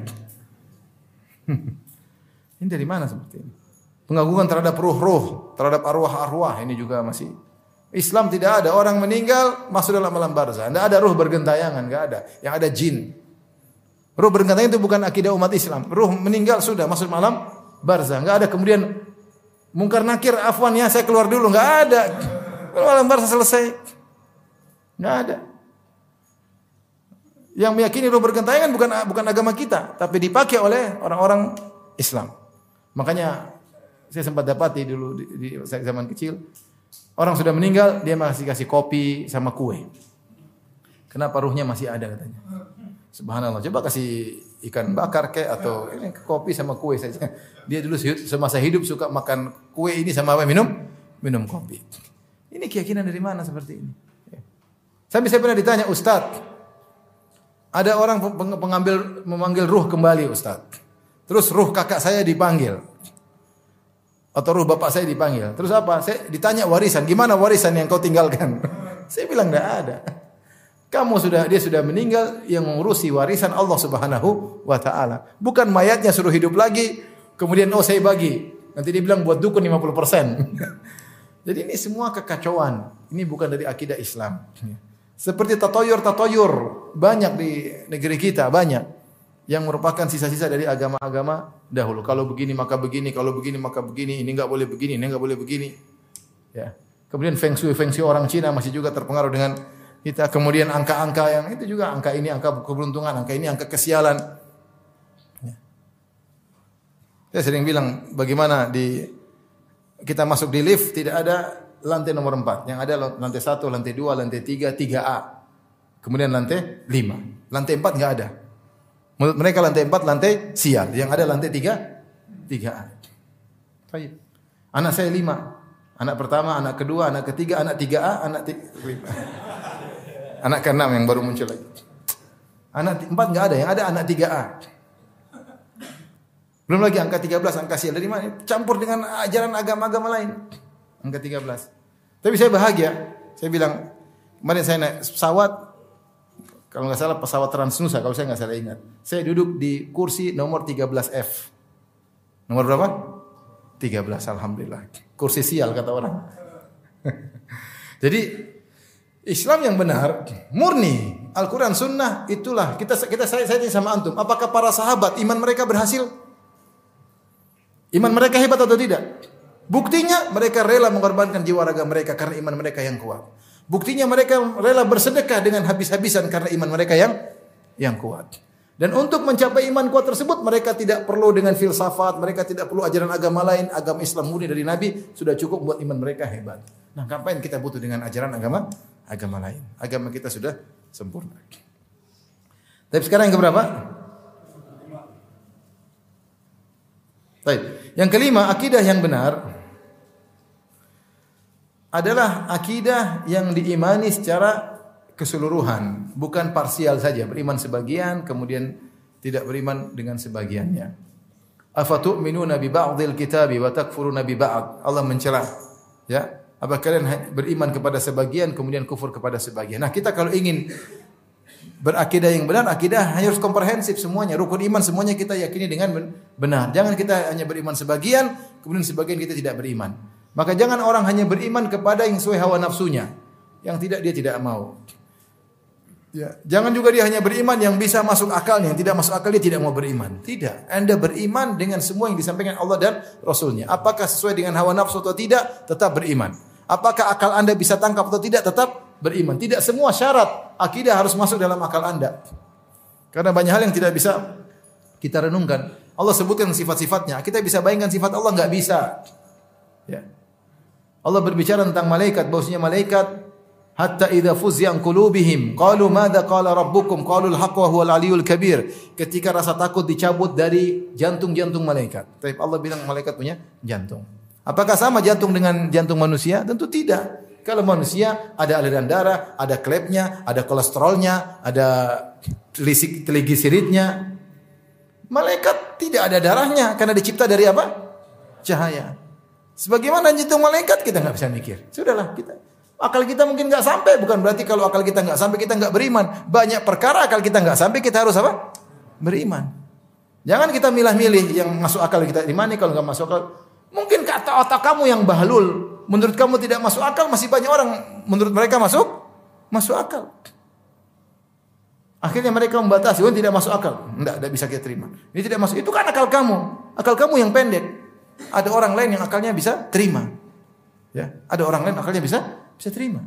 Ini dari mana seperti ini? Pengagungan terhadap ruh-ruh, terhadap arwah-arwah, ini juga masih. Islam tidak ada orang meninggal masuk dalam alam barzah. Tidak ada ruh bergentayangan, enggak ada. Yang ada jin. Ruh bergentayangan itu bukan akidah umat Islam. Ruh meninggal sudah masuk alam barzah. Enggak ada kemudian mungkar nakir, afwan ya saya keluar dulu, enggak ada. Kalau alam barzah selesai. Enggak ada. Yang meyakini ruh bergentayangan bukan agama kita, tapi dipakai oleh orang-orang Islam. Makanya saya sempat dapati dulu di zaman kecil, orang sudah meninggal dia masih kasih kopi sama kue. Kenapa ruhnya masih ada katanya? Subhanallah. Coba kasih ikan bakar atau ini kopi sama kue saja. Dia dulu semasa hidup suka makan kue ini sama apa? Minum kopi. Ini keyakinan dari mana seperti ini? Saya pernah ditanya, Ustaz, ada orang memanggil ruh kembali, Ustaz. Terus ruh kakak saya dipanggil. Atau ruh bapak saya dipanggil. Terus apa? Saya ditanya warisan. Gimana warisan yang kau tinggalkan? Saya bilang enggak ada. Dia sudah meninggal, yang mengurusi warisan Allah Subhanahu wa taala. Bukan mayatnya suruh hidup lagi, kemudian saya bagi. Nanti dia bilang buat dukun 50%. Jadi ini semua kekacauan. Ini bukan dari akidah Islam. Seperti tatoyur banyak di negeri kita, banyak yang merupakan sisa-sisa dari agama-agama dahulu. Kalau begini maka begini, kalau begini maka begini, ini enggak boleh begini, ini enggak boleh begini. Ya. Kemudian feng shui orang Cina masih juga terpengaruh dengan kita. Kemudian angka-angka yang itu juga, angka ini angka keberuntungan, angka ini angka kesialan. Ya. Saya sering bilang bagaimana kita masuk di lift tidak ada lantai nomor 4. Yang ada lantai 1, lantai 2, lantai 3, 3A. Kemudian lantai 5. Lantai 4 enggak ada. Menurut mereka lantai 4 lantai sial. Yang ada lantai 3A. Baik. Anak saya 5. Anak pertama, anak kedua, anak ketiga, anak 3A, anak 5. Anak ke-6 yang baru muncul lagi. Anak 4 enggak ada, yang ada anak 3A. Belum lagi angka 13, angka sial. Dari mana? Campur dengan ajaran agama-agama lain. Angka 13. Tapi saya bahagia. Saya bilang, kemarin saya naik pesawat, kalau nggak salah pesawat Transnusa, kalau saya nggak salah ingat. Saya duduk di kursi nomor 13F. Nomor berapa? 13, alhamdulillah. Kursi sial kata orang. Jadi Islam yang benar, murni, Al-Quran, Sunnah, itulah. Saya tanya sama antum, apakah para sahabat iman mereka berhasil? Iman mereka hebat atau tidak? Buktinya mereka rela mengorbankan jiwa raga mereka karena iman mereka yang kuat. Buktinya mereka rela bersedekah dengan habis-habisan karena iman mereka yang kuat. Dan untuk mencapai iman kuat tersebut mereka tidak perlu dengan filsafat, mereka tidak perlu ajaran agama lain, agama Islam murni dari Nabi sudah cukup buat iman mereka hebat. Nah, ngapain kita butuh dengan ajaran agama lain? Agama kita sudah sempurna. Tapi sekarang yang keberapa? Baik. Yang kelima, akidah yang benar adalah akidah yang diimani secara keseluruhan, bukan parsial saja, beriman sebagian kemudian tidak beriman dengan sebagiannya. Afatu'minuna bi ba'dil kitabi wa takfuruna bi ba'd. Allah mencela, ya. Apa kalian beriman kepada sebagian kemudian kufur kepada sebagian? Nah, kita kalau ingin berakidah yang benar, akidah harus komprehensif semuanya, rukun iman semuanya kita yakini dengan benar. Jangan kita hanya beriman sebagian, kemudian sebagian kita tidak beriman. Maka jangan orang hanya beriman kepada yang sesuai hawa nafsunya, yang tidak dia tidak mau. Ya, jangan juga dia hanya beriman yang bisa masuk akalnya, yang tidak masuk akal dia tidak mau beriman. Tidak, Anda beriman dengan semua yang disampaikan Allah dan Rasulnya. Apakah sesuai dengan hawa nafsu atau tidak, tetap beriman. Apakah akal Anda bisa tangkap atau tidak, tetap beriman. Tidak semua syarat akidah harus masuk dalam akal Anda. Karena banyak hal yang tidak bisa kita renungkan. Allah sebutkan sifat-sifatnya, kita bisa bayangkan sifat Allah, enggak bisa. Ya. Allah berbicara tentang malaikat, bahwasanya malaikat hatta idza fuzza an qulubihim qalu madza qala rabbukum qalu al-haqq wa huwal aliyyul kabir. Ketika rasa takut dicabut dari jantung-jantung malaikat. Tapi Allah bilang malaikat punya jantung. Apakah sama jantung dengan jantung manusia? Tentu tidak. Kalau manusia ada aliran darah, ada klepnya, ada kolesterolnya, ada trigliseridnya. Malaikat tidak ada darahnya karena dicipta dari apa? Cahaya. Sebagaimana jantung malaikat kita nggak bisa mikir. Sudahlah kita. Akal kita mungkin nggak sampai, bukan berarti kalau akal kita nggak sampai kita nggak beriman. Banyak perkara akal kita nggak sampai kita harus apa? Beriman. Jangan kita milah-milih yang masuk akal kita imani, kalau nggak masuk akal. Mungkin kata otak kamu yang bahlul, menurut kamu tidak masuk akal, masih banyak orang menurut mereka masuk akal. Akhirnya mereka membatasi, tidak masuk akal. Tidak bisa kita terima. Ini tidak masuk. Itu kan akal kamu yang pendek. Ada orang lain yang akalnya bisa terima. Ya, ada orang lain akalnya bisa terima.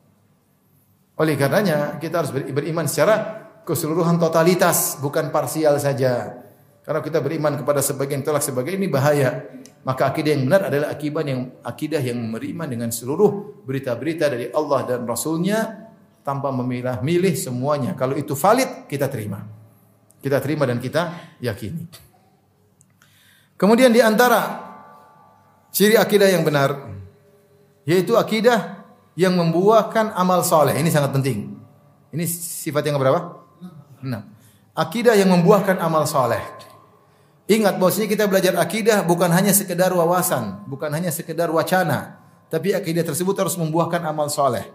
Oleh karenanya kita harus beriman secara keseluruhan, totalitas, bukan parsial saja. Karena kita beriman kepada sebagian tolak sebagian, ini bahaya. Maka akidah yang benar adalah akidah yang beriman dengan seluruh berita-berita dari Allah dan Rasulnya tanpa milih semuanya. Kalau itu valid, kita terima. Kita terima dan kita yakini. Kemudian di antara ciri akidah yang benar, yaitu akidah yang membuahkan amal soleh. Ini sangat penting. Ini sifat yang berapa? 6. Akidah yang membuahkan amal soleh. Ingat bahwasanya kita belajar akidah bukan hanya sekedar wawasan, bukan hanya sekedar wacana, tapi akidah tersebut harus membuahkan amal soleh.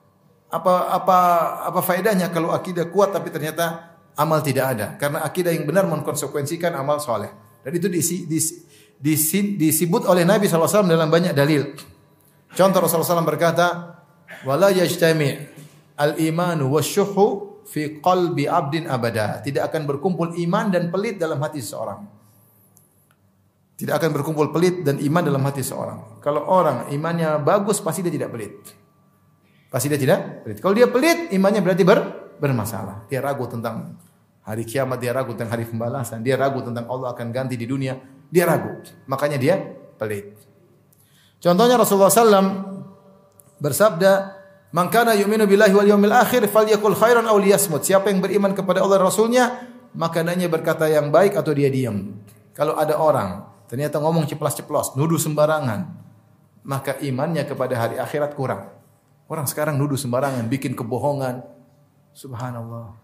Apa faedahnya kalau akidah kuat tapi ternyata amal tidak ada? Karena akidah yang benar mengkonsekuensikan amal soleh. Dan itu disebut oleh Nabi SAW dalam banyak dalil. Contoh Rasulullah SAW berkata, "Wala yajtami' al-imanu wasyuhu fi qalbi 'abdin abada." Tidak akan berkumpul iman dan pelit dalam hati seseorang. Tidak akan berkumpul pelit dan iman dalam hati seorang. Kalau orang imannya bagus, pasti dia tidak pelit. Pasti dia tidak pelit. Kalau dia pelit, imannya berarti bermasalah. Dia ragu tentang hari kiamat, dia ragu tentang hari pembalasan, dia ragu tentang Allah akan ganti di dunia, dia ragu. Makanya dia pelit. Contohnya Rasulullah SAW bersabda, "Man kana yu'minu billahi wal yawmil akhir falyakul khairan aw liyasmut." Siapa yang beriman kepada Allah dan Rasulnya, maka hendaknya berkata yang baik atau dia diam. Kalau ada orang ternyata ngomong ceplas-ceplos, nuduh sembarangan, maka imannya kepada hari akhirat kurang. Orang sekarang nuduh sembarangan, bikin kebohongan. Subhanallah.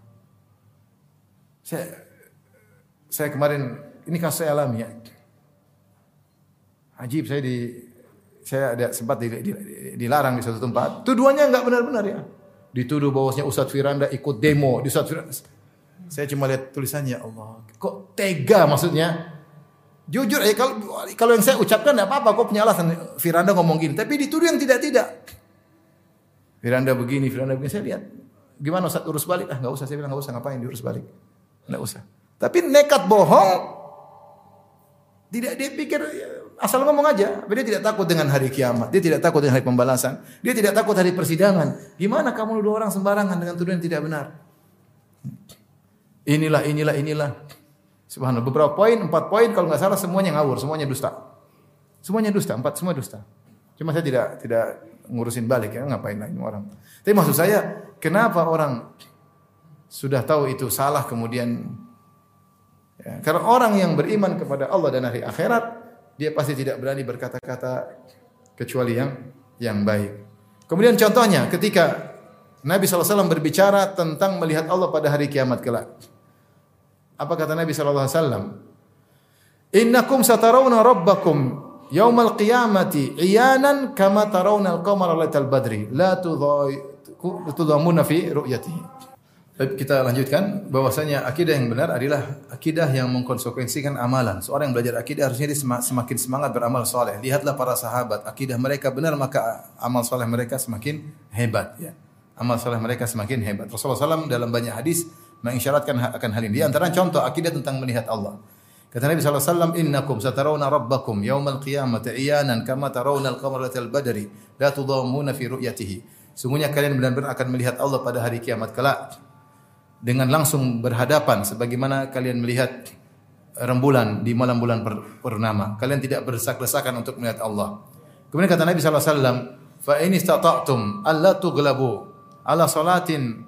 Saya kemarin, ini kasus saya alami ya. Ajib, saya ada sempat dilarang di suatu tempat. Tuduhannya enggak benar-benar ya. Dituduh bahwasanya Ustadz Firanda ikut demo di Ustadz Firanda. Saya cuma lihat tulisannya, ya Allah, kok tega maksudnya. Jujur kalau yang saya ucapkan enggak apa-apa, kok punya alasan Firanda ngomong gini, tapi dituduh yang tidak-tidak. Firanda begini, saya lihat. Gimana Ustaz urus balik? Enggak usah, saya bilang enggak usah, ngapain diurus balik? Enggak usah. Tapi nekat bohong, tidak dia pikir asal ngomong aja. Dia tidak takut dengan hari kiamat, dia tidak takut dengan hari pembalasan, dia tidak takut hari persidangan. Gimana kamu nuduh orang sembarangan dengan tuduhan yang tidak benar? Inilah. Subhanallah, beberapa poin, 4 poin kalau enggak salah semuanya ngawur, semuanya dusta. Semuanya dusta, 4 semua dusta. Cuma saya tidak ngurusin balik ya, ngapain lagi orang. Tapi maksud saya, kenapa orang sudah tahu itu salah kemudian ya, karena orang yang beriman kepada Allah dan hari akhirat, dia pasti tidak berani berkata-kata kecuali yang baik. Kemudian contohnya ketika Nabi SAW berbicara tentang melihat Allah pada hari kiamat kelak. Apa kata Nabi SAW? "Innakum satarawna rabbakum yaumal qiyamati iyanan kama tarawna al-qamara lailatal badri la tudhamuna fi ru'yatihi." Kita lanjutkan bahwasanya akidah yang benar adalah akidah yang mengkonsekuensikan amalan. Seorang yang belajar akidah harusnya dia semakin semangat beramal soleh. Lihatlah para sahabat, akidah mereka benar maka amal soleh mereka semakin hebat ya. Amal soleh mereka semakin hebat. Rasulullah SAW dalam banyak hadis mengisyaratkan akan hal ini. Di antara contoh akidah tentang melihat Allah. Kata Nabi SAW, "Innakum satarawna rabbakum yaumal qiyamati iyanan kama tarawna al-qamara lailatal badri la tudhamuna fi ru'yatihi." Sungguhnya kalian benar-benar akan melihat Allah pada hari kiamat kelak dengan langsung berhadapan sebagaimana kalian melihat rembulan di malam bulan purnama. Kalian tidak berdesak-desakan untuk melihat Allah. Kemudian kata Nabi SAW, "Fa in istata'tum alla tughlabu ala salatin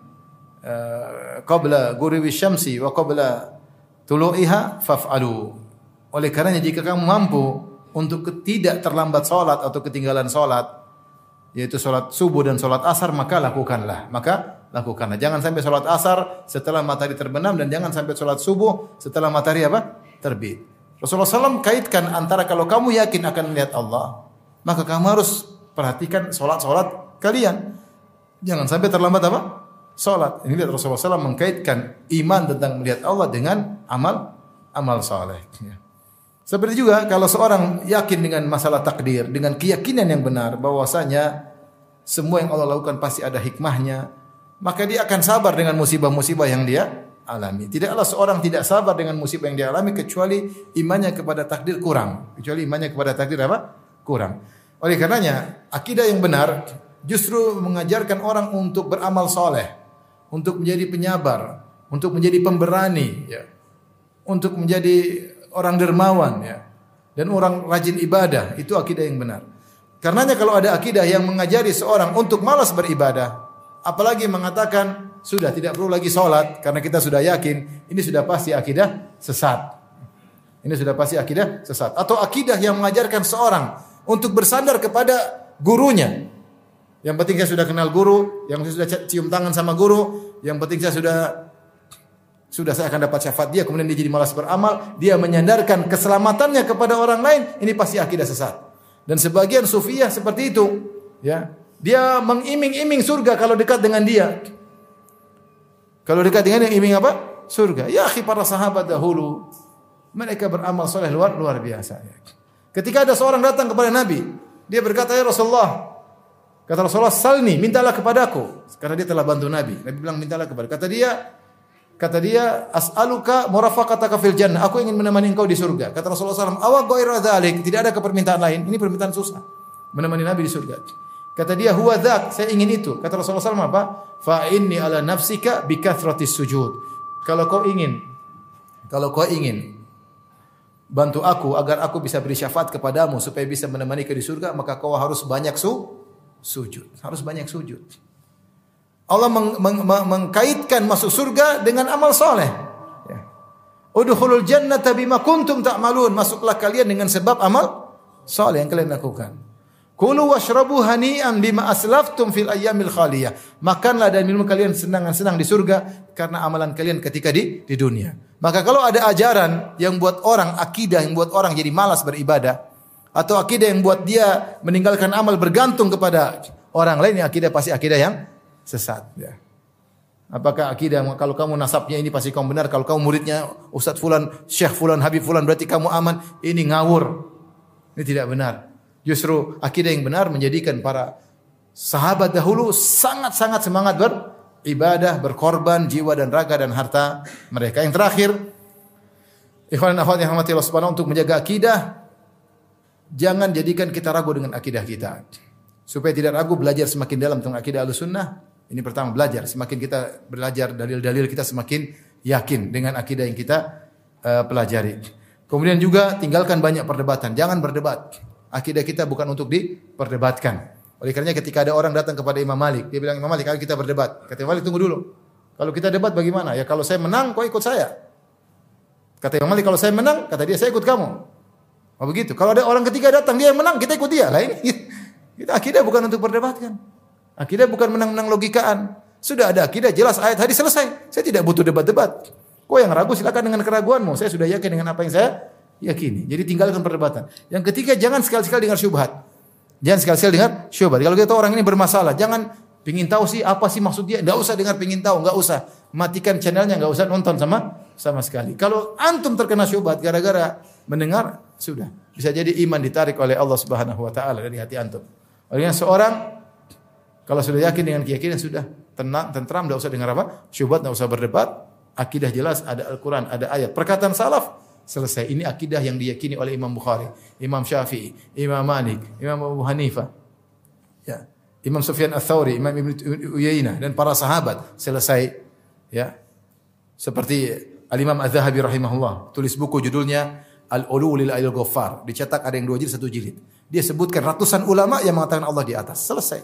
qabla ghurubi syamsi wa qabla tulu'iha faf'alu." Oleh karenanya jika kamu mampu untuk tidak terlambat salat atau ketinggalan salat, yaitu salat subuh dan salat asar, maka lakukanlah. Jangan sampai salat asar setelah matahari terbenam dan jangan sampai salat subuh setelah matahari terbit. Rasulullah SAW kaitkan antara kalau kamu yakin akan melihat Allah, maka kamu harus perhatikan salat kalian. Jangan sampai terlambat salat. Ini lihat Rasulullah SAW mengkaitkan iman tentang melihat Allah dengan amal saleh. Ya. Seperti juga kalau seorang yakin dengan masalah takdir, dengan keyakinan yang benar bahwasanya semua yang Allah lakukan pasti ada hikmahnya, maka dia akan sabar dengan musibah-musibah yang dia alami. Tidaklah seorang tidak sabar dengan musibah yang dia alami kecuali imannya kepada takdir kurang. Kurang. Oleh karenanya akidah yang benar justru mengajarkan orang untuk beramal soleh, untuk menjadi penyabar, untuk menjadi pemberani, ya, untuk menjadi orang dermawan, ya, dan orang rajin ibadah. Itu akidah yang benar. Karenanya kalau ada akidah yang mengajari seorang untuk malas beribadah, Apalagi mengatakan sudah tidak perlu lagi sholat karena kita sudah yakin ini sudah pasti akidah sesat. Ini sudah pasti akidah sesat. Atau akidah yang mengajarkan seorang untuk bersandar kepada gurunya. Yang penting saya sudah kenal guru, yang saya sudah cium tangan sama guru, yang penting saya sudah saya akan dapat syafaat dia, kemudian dia jadi malas beramal, dia menyandarkan keselamatannya kepada orang lain, ini pasti akidah sesat. Dan sebagian sufiyah seperti itu, ya. Dia mengiming-iming surga kalau dekat dengan dia. Kalau dekat dengan dia iming apa? Surga. Ya akhi, para sahabat dahulu mereka beramal soleh luar biasa. Ketika ada seorang datang kepada Nabi, dia berkata, "Ya Rasulullah," kata Rasulullah, "Salni, mintalah kepadaku." Karena dia telah bantu Nabi. Nabi bilang, "Mintalah kepada." Kata dia, "As'aluka murafaqataka fil jannah." Aku ingin menemani engkau di surga. Kata Rasulullah SAW, "Awa ghaira dzalik." Tidak ada permintaan lain. Ini permintaan susah. Menemani Nabi di surga. Kata dia, "Huwa dzak." Saya ingin itu. Kata Rasulullah SAW apa? "Fa inni ala nafsika bi kathratis sujud." Kalau kau ingin bantu aku agar aku bisa beri syafaat kepadamu supaya bisa menemani kau di surga, maka kau harus banyak sujud. Harus banyak sujud. Allah mengkaitkan masuk surga dengan amal soleh. Ya. Udkhulul jannata bima kuntum ta'malun. Masuklah kalian dengan sebab amal soleh yang kalian lakukan. Kulu washrabu hani'an bima aslaftum fil ayyamil khaliyah. Makanlah dan minum kalian senang-senang di surga karena amalan kalian ketika di dunia. Maka kalau ada ajaran yang buat orang, akidah yang buat orang jadi malas beribadah, atau akidah yang buat dia meninggalkan amal bergantung kepada orang lain, akidah pasti akidah yang sesat. Ya. Apakah akidah kalau kamu nasabnya ini pasti kamu benar, kalau kamu muridnya Ustaz Fulan, Syekh Fulan, Habib Fulan berarti kamu aman? Ini ngawur. Ini tidak benar. Justru akidah yang benar menjadikan para sahabat dahulu sangat-sangat semangat beribadah, berkorban jiwa dan raga dan harta mereka. Yang terakhir, ikhwan dan akhwat yang dirahmati Allah Subhanahu untuk menjaga akidah, jangan jadikan kita ragu dengan akidah kita. Supaya tidak ragu, belajar semakin dalam tentang akidah Ahlussunnah. Ini pertama, belajar. Semakin kita belajar dalil-dalil, kita semakin yakin dengan akidah yang kita pelajari. Kemudian juga tinggalkan banyak perdebatan. Jangan berdebat. Akidah kita bukan untuk diperdebatkan. Oleh karenanya ketika ada orang datang kepada Imam Malik, dia bilang, "Imam Malik, ayo kita berdebat." Kata Imam Malik, "Tunggu dulu. Kalau kita debat bagaimana? Ya kalau saya menang, kau ikut saya." Kata Imam Malik, "Kalau saya menang," kata dia, "saya ikut kamu." Oh begitu. Kalau ada orang ketiga datang, dia yang menang, kita ikut dia. Lah ini kita akidah bukan untuk berdebatkan. Akidah bukan menang-menang logikaan. Sudah ada akidah, jelas ayat hadis selesai. Saya tidak butuh debat-debat. Kau yang ragu silakan dengan keraguanmu. Saya sudah yakin dengan apa yang saya yakini. Jadi tinggalkan perdebatan. Yang ketiga, jangan sekali-sekali dengar syubhat. Jangan sekali-sekali dengar syubhat. Kalau kita tahu orang ini bermasalah, jangan pingin tahu sih apa sih maksud dia. Enggak usah dengar pingin tahu, enggak usah. Matikan channelnya, enggak usah nonton sama sekali. Kalau antum terkena syubhat gara-gara mendengar, sudah. Bisa jadi iman ditarik oleh Allah Subhanahu wa taala dari hati antum. Olehnya seorang kalau sudah yakin dengan keyakinan sudah tenang, tentram, enggak usah dengar apa? Syubhat, enggak usah berdebat. Akidah jelas, ada Al-Qur'an, ada ayat. Perkataan salaf selesai. Ini akidah yang diyakini oleh Imam Bukhari, Imam Syafi'i, Imam Malik, Imam Abu Hanifah, ya, Imam Sufyan Ats-Tsauri, Imam Ibnu Uyainah dan para sahabat. Selesai. Ya. Seperti Al-Imam Az-Zahabi rahimahullah, tulis buku judulnya Al-Ulu lil Ail Ghaffar. Dicetak ada yang 2 jilid, 1 jilid. Dia sebutkan ratusan ulama yang mengatakan Allah di atas. Selesai.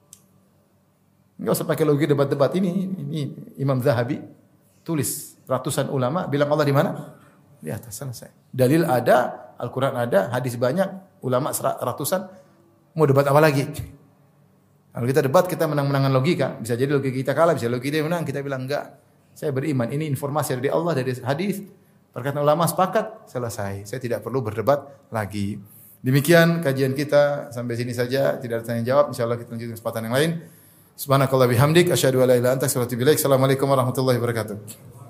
Enggak usah pakai logika debat-debat ini Imam Zahabi tulis ratusan ulama bilang Allah di mana? Di atas, selesai. Dalil ada, Al-Quran ada, hadis banyak, ulama ratusan. Mau debat apa lagi? Kalau kita debat, kita menang-menangan logika. Bisa jadi logika kita kalah, bisa logika dia menang. Kita bilang enggak. Saya beriman. Ini informasi dari Allah, dari hadis. Perkataan ulama sepakat, selesai. Saya tidak perlu berdebat lagi. Demikian kajian kita. Sampai sini saja. Tidak ada tanya jawab. InsyaAllah kita lanjutkan kesempatan yang lain. Subhanakallah bihamdik. Asyhadu an la ilaha illa anta astaghfiruka wa atubu ilaik. Assalamualaikum warahmatullahi wabarakatuh.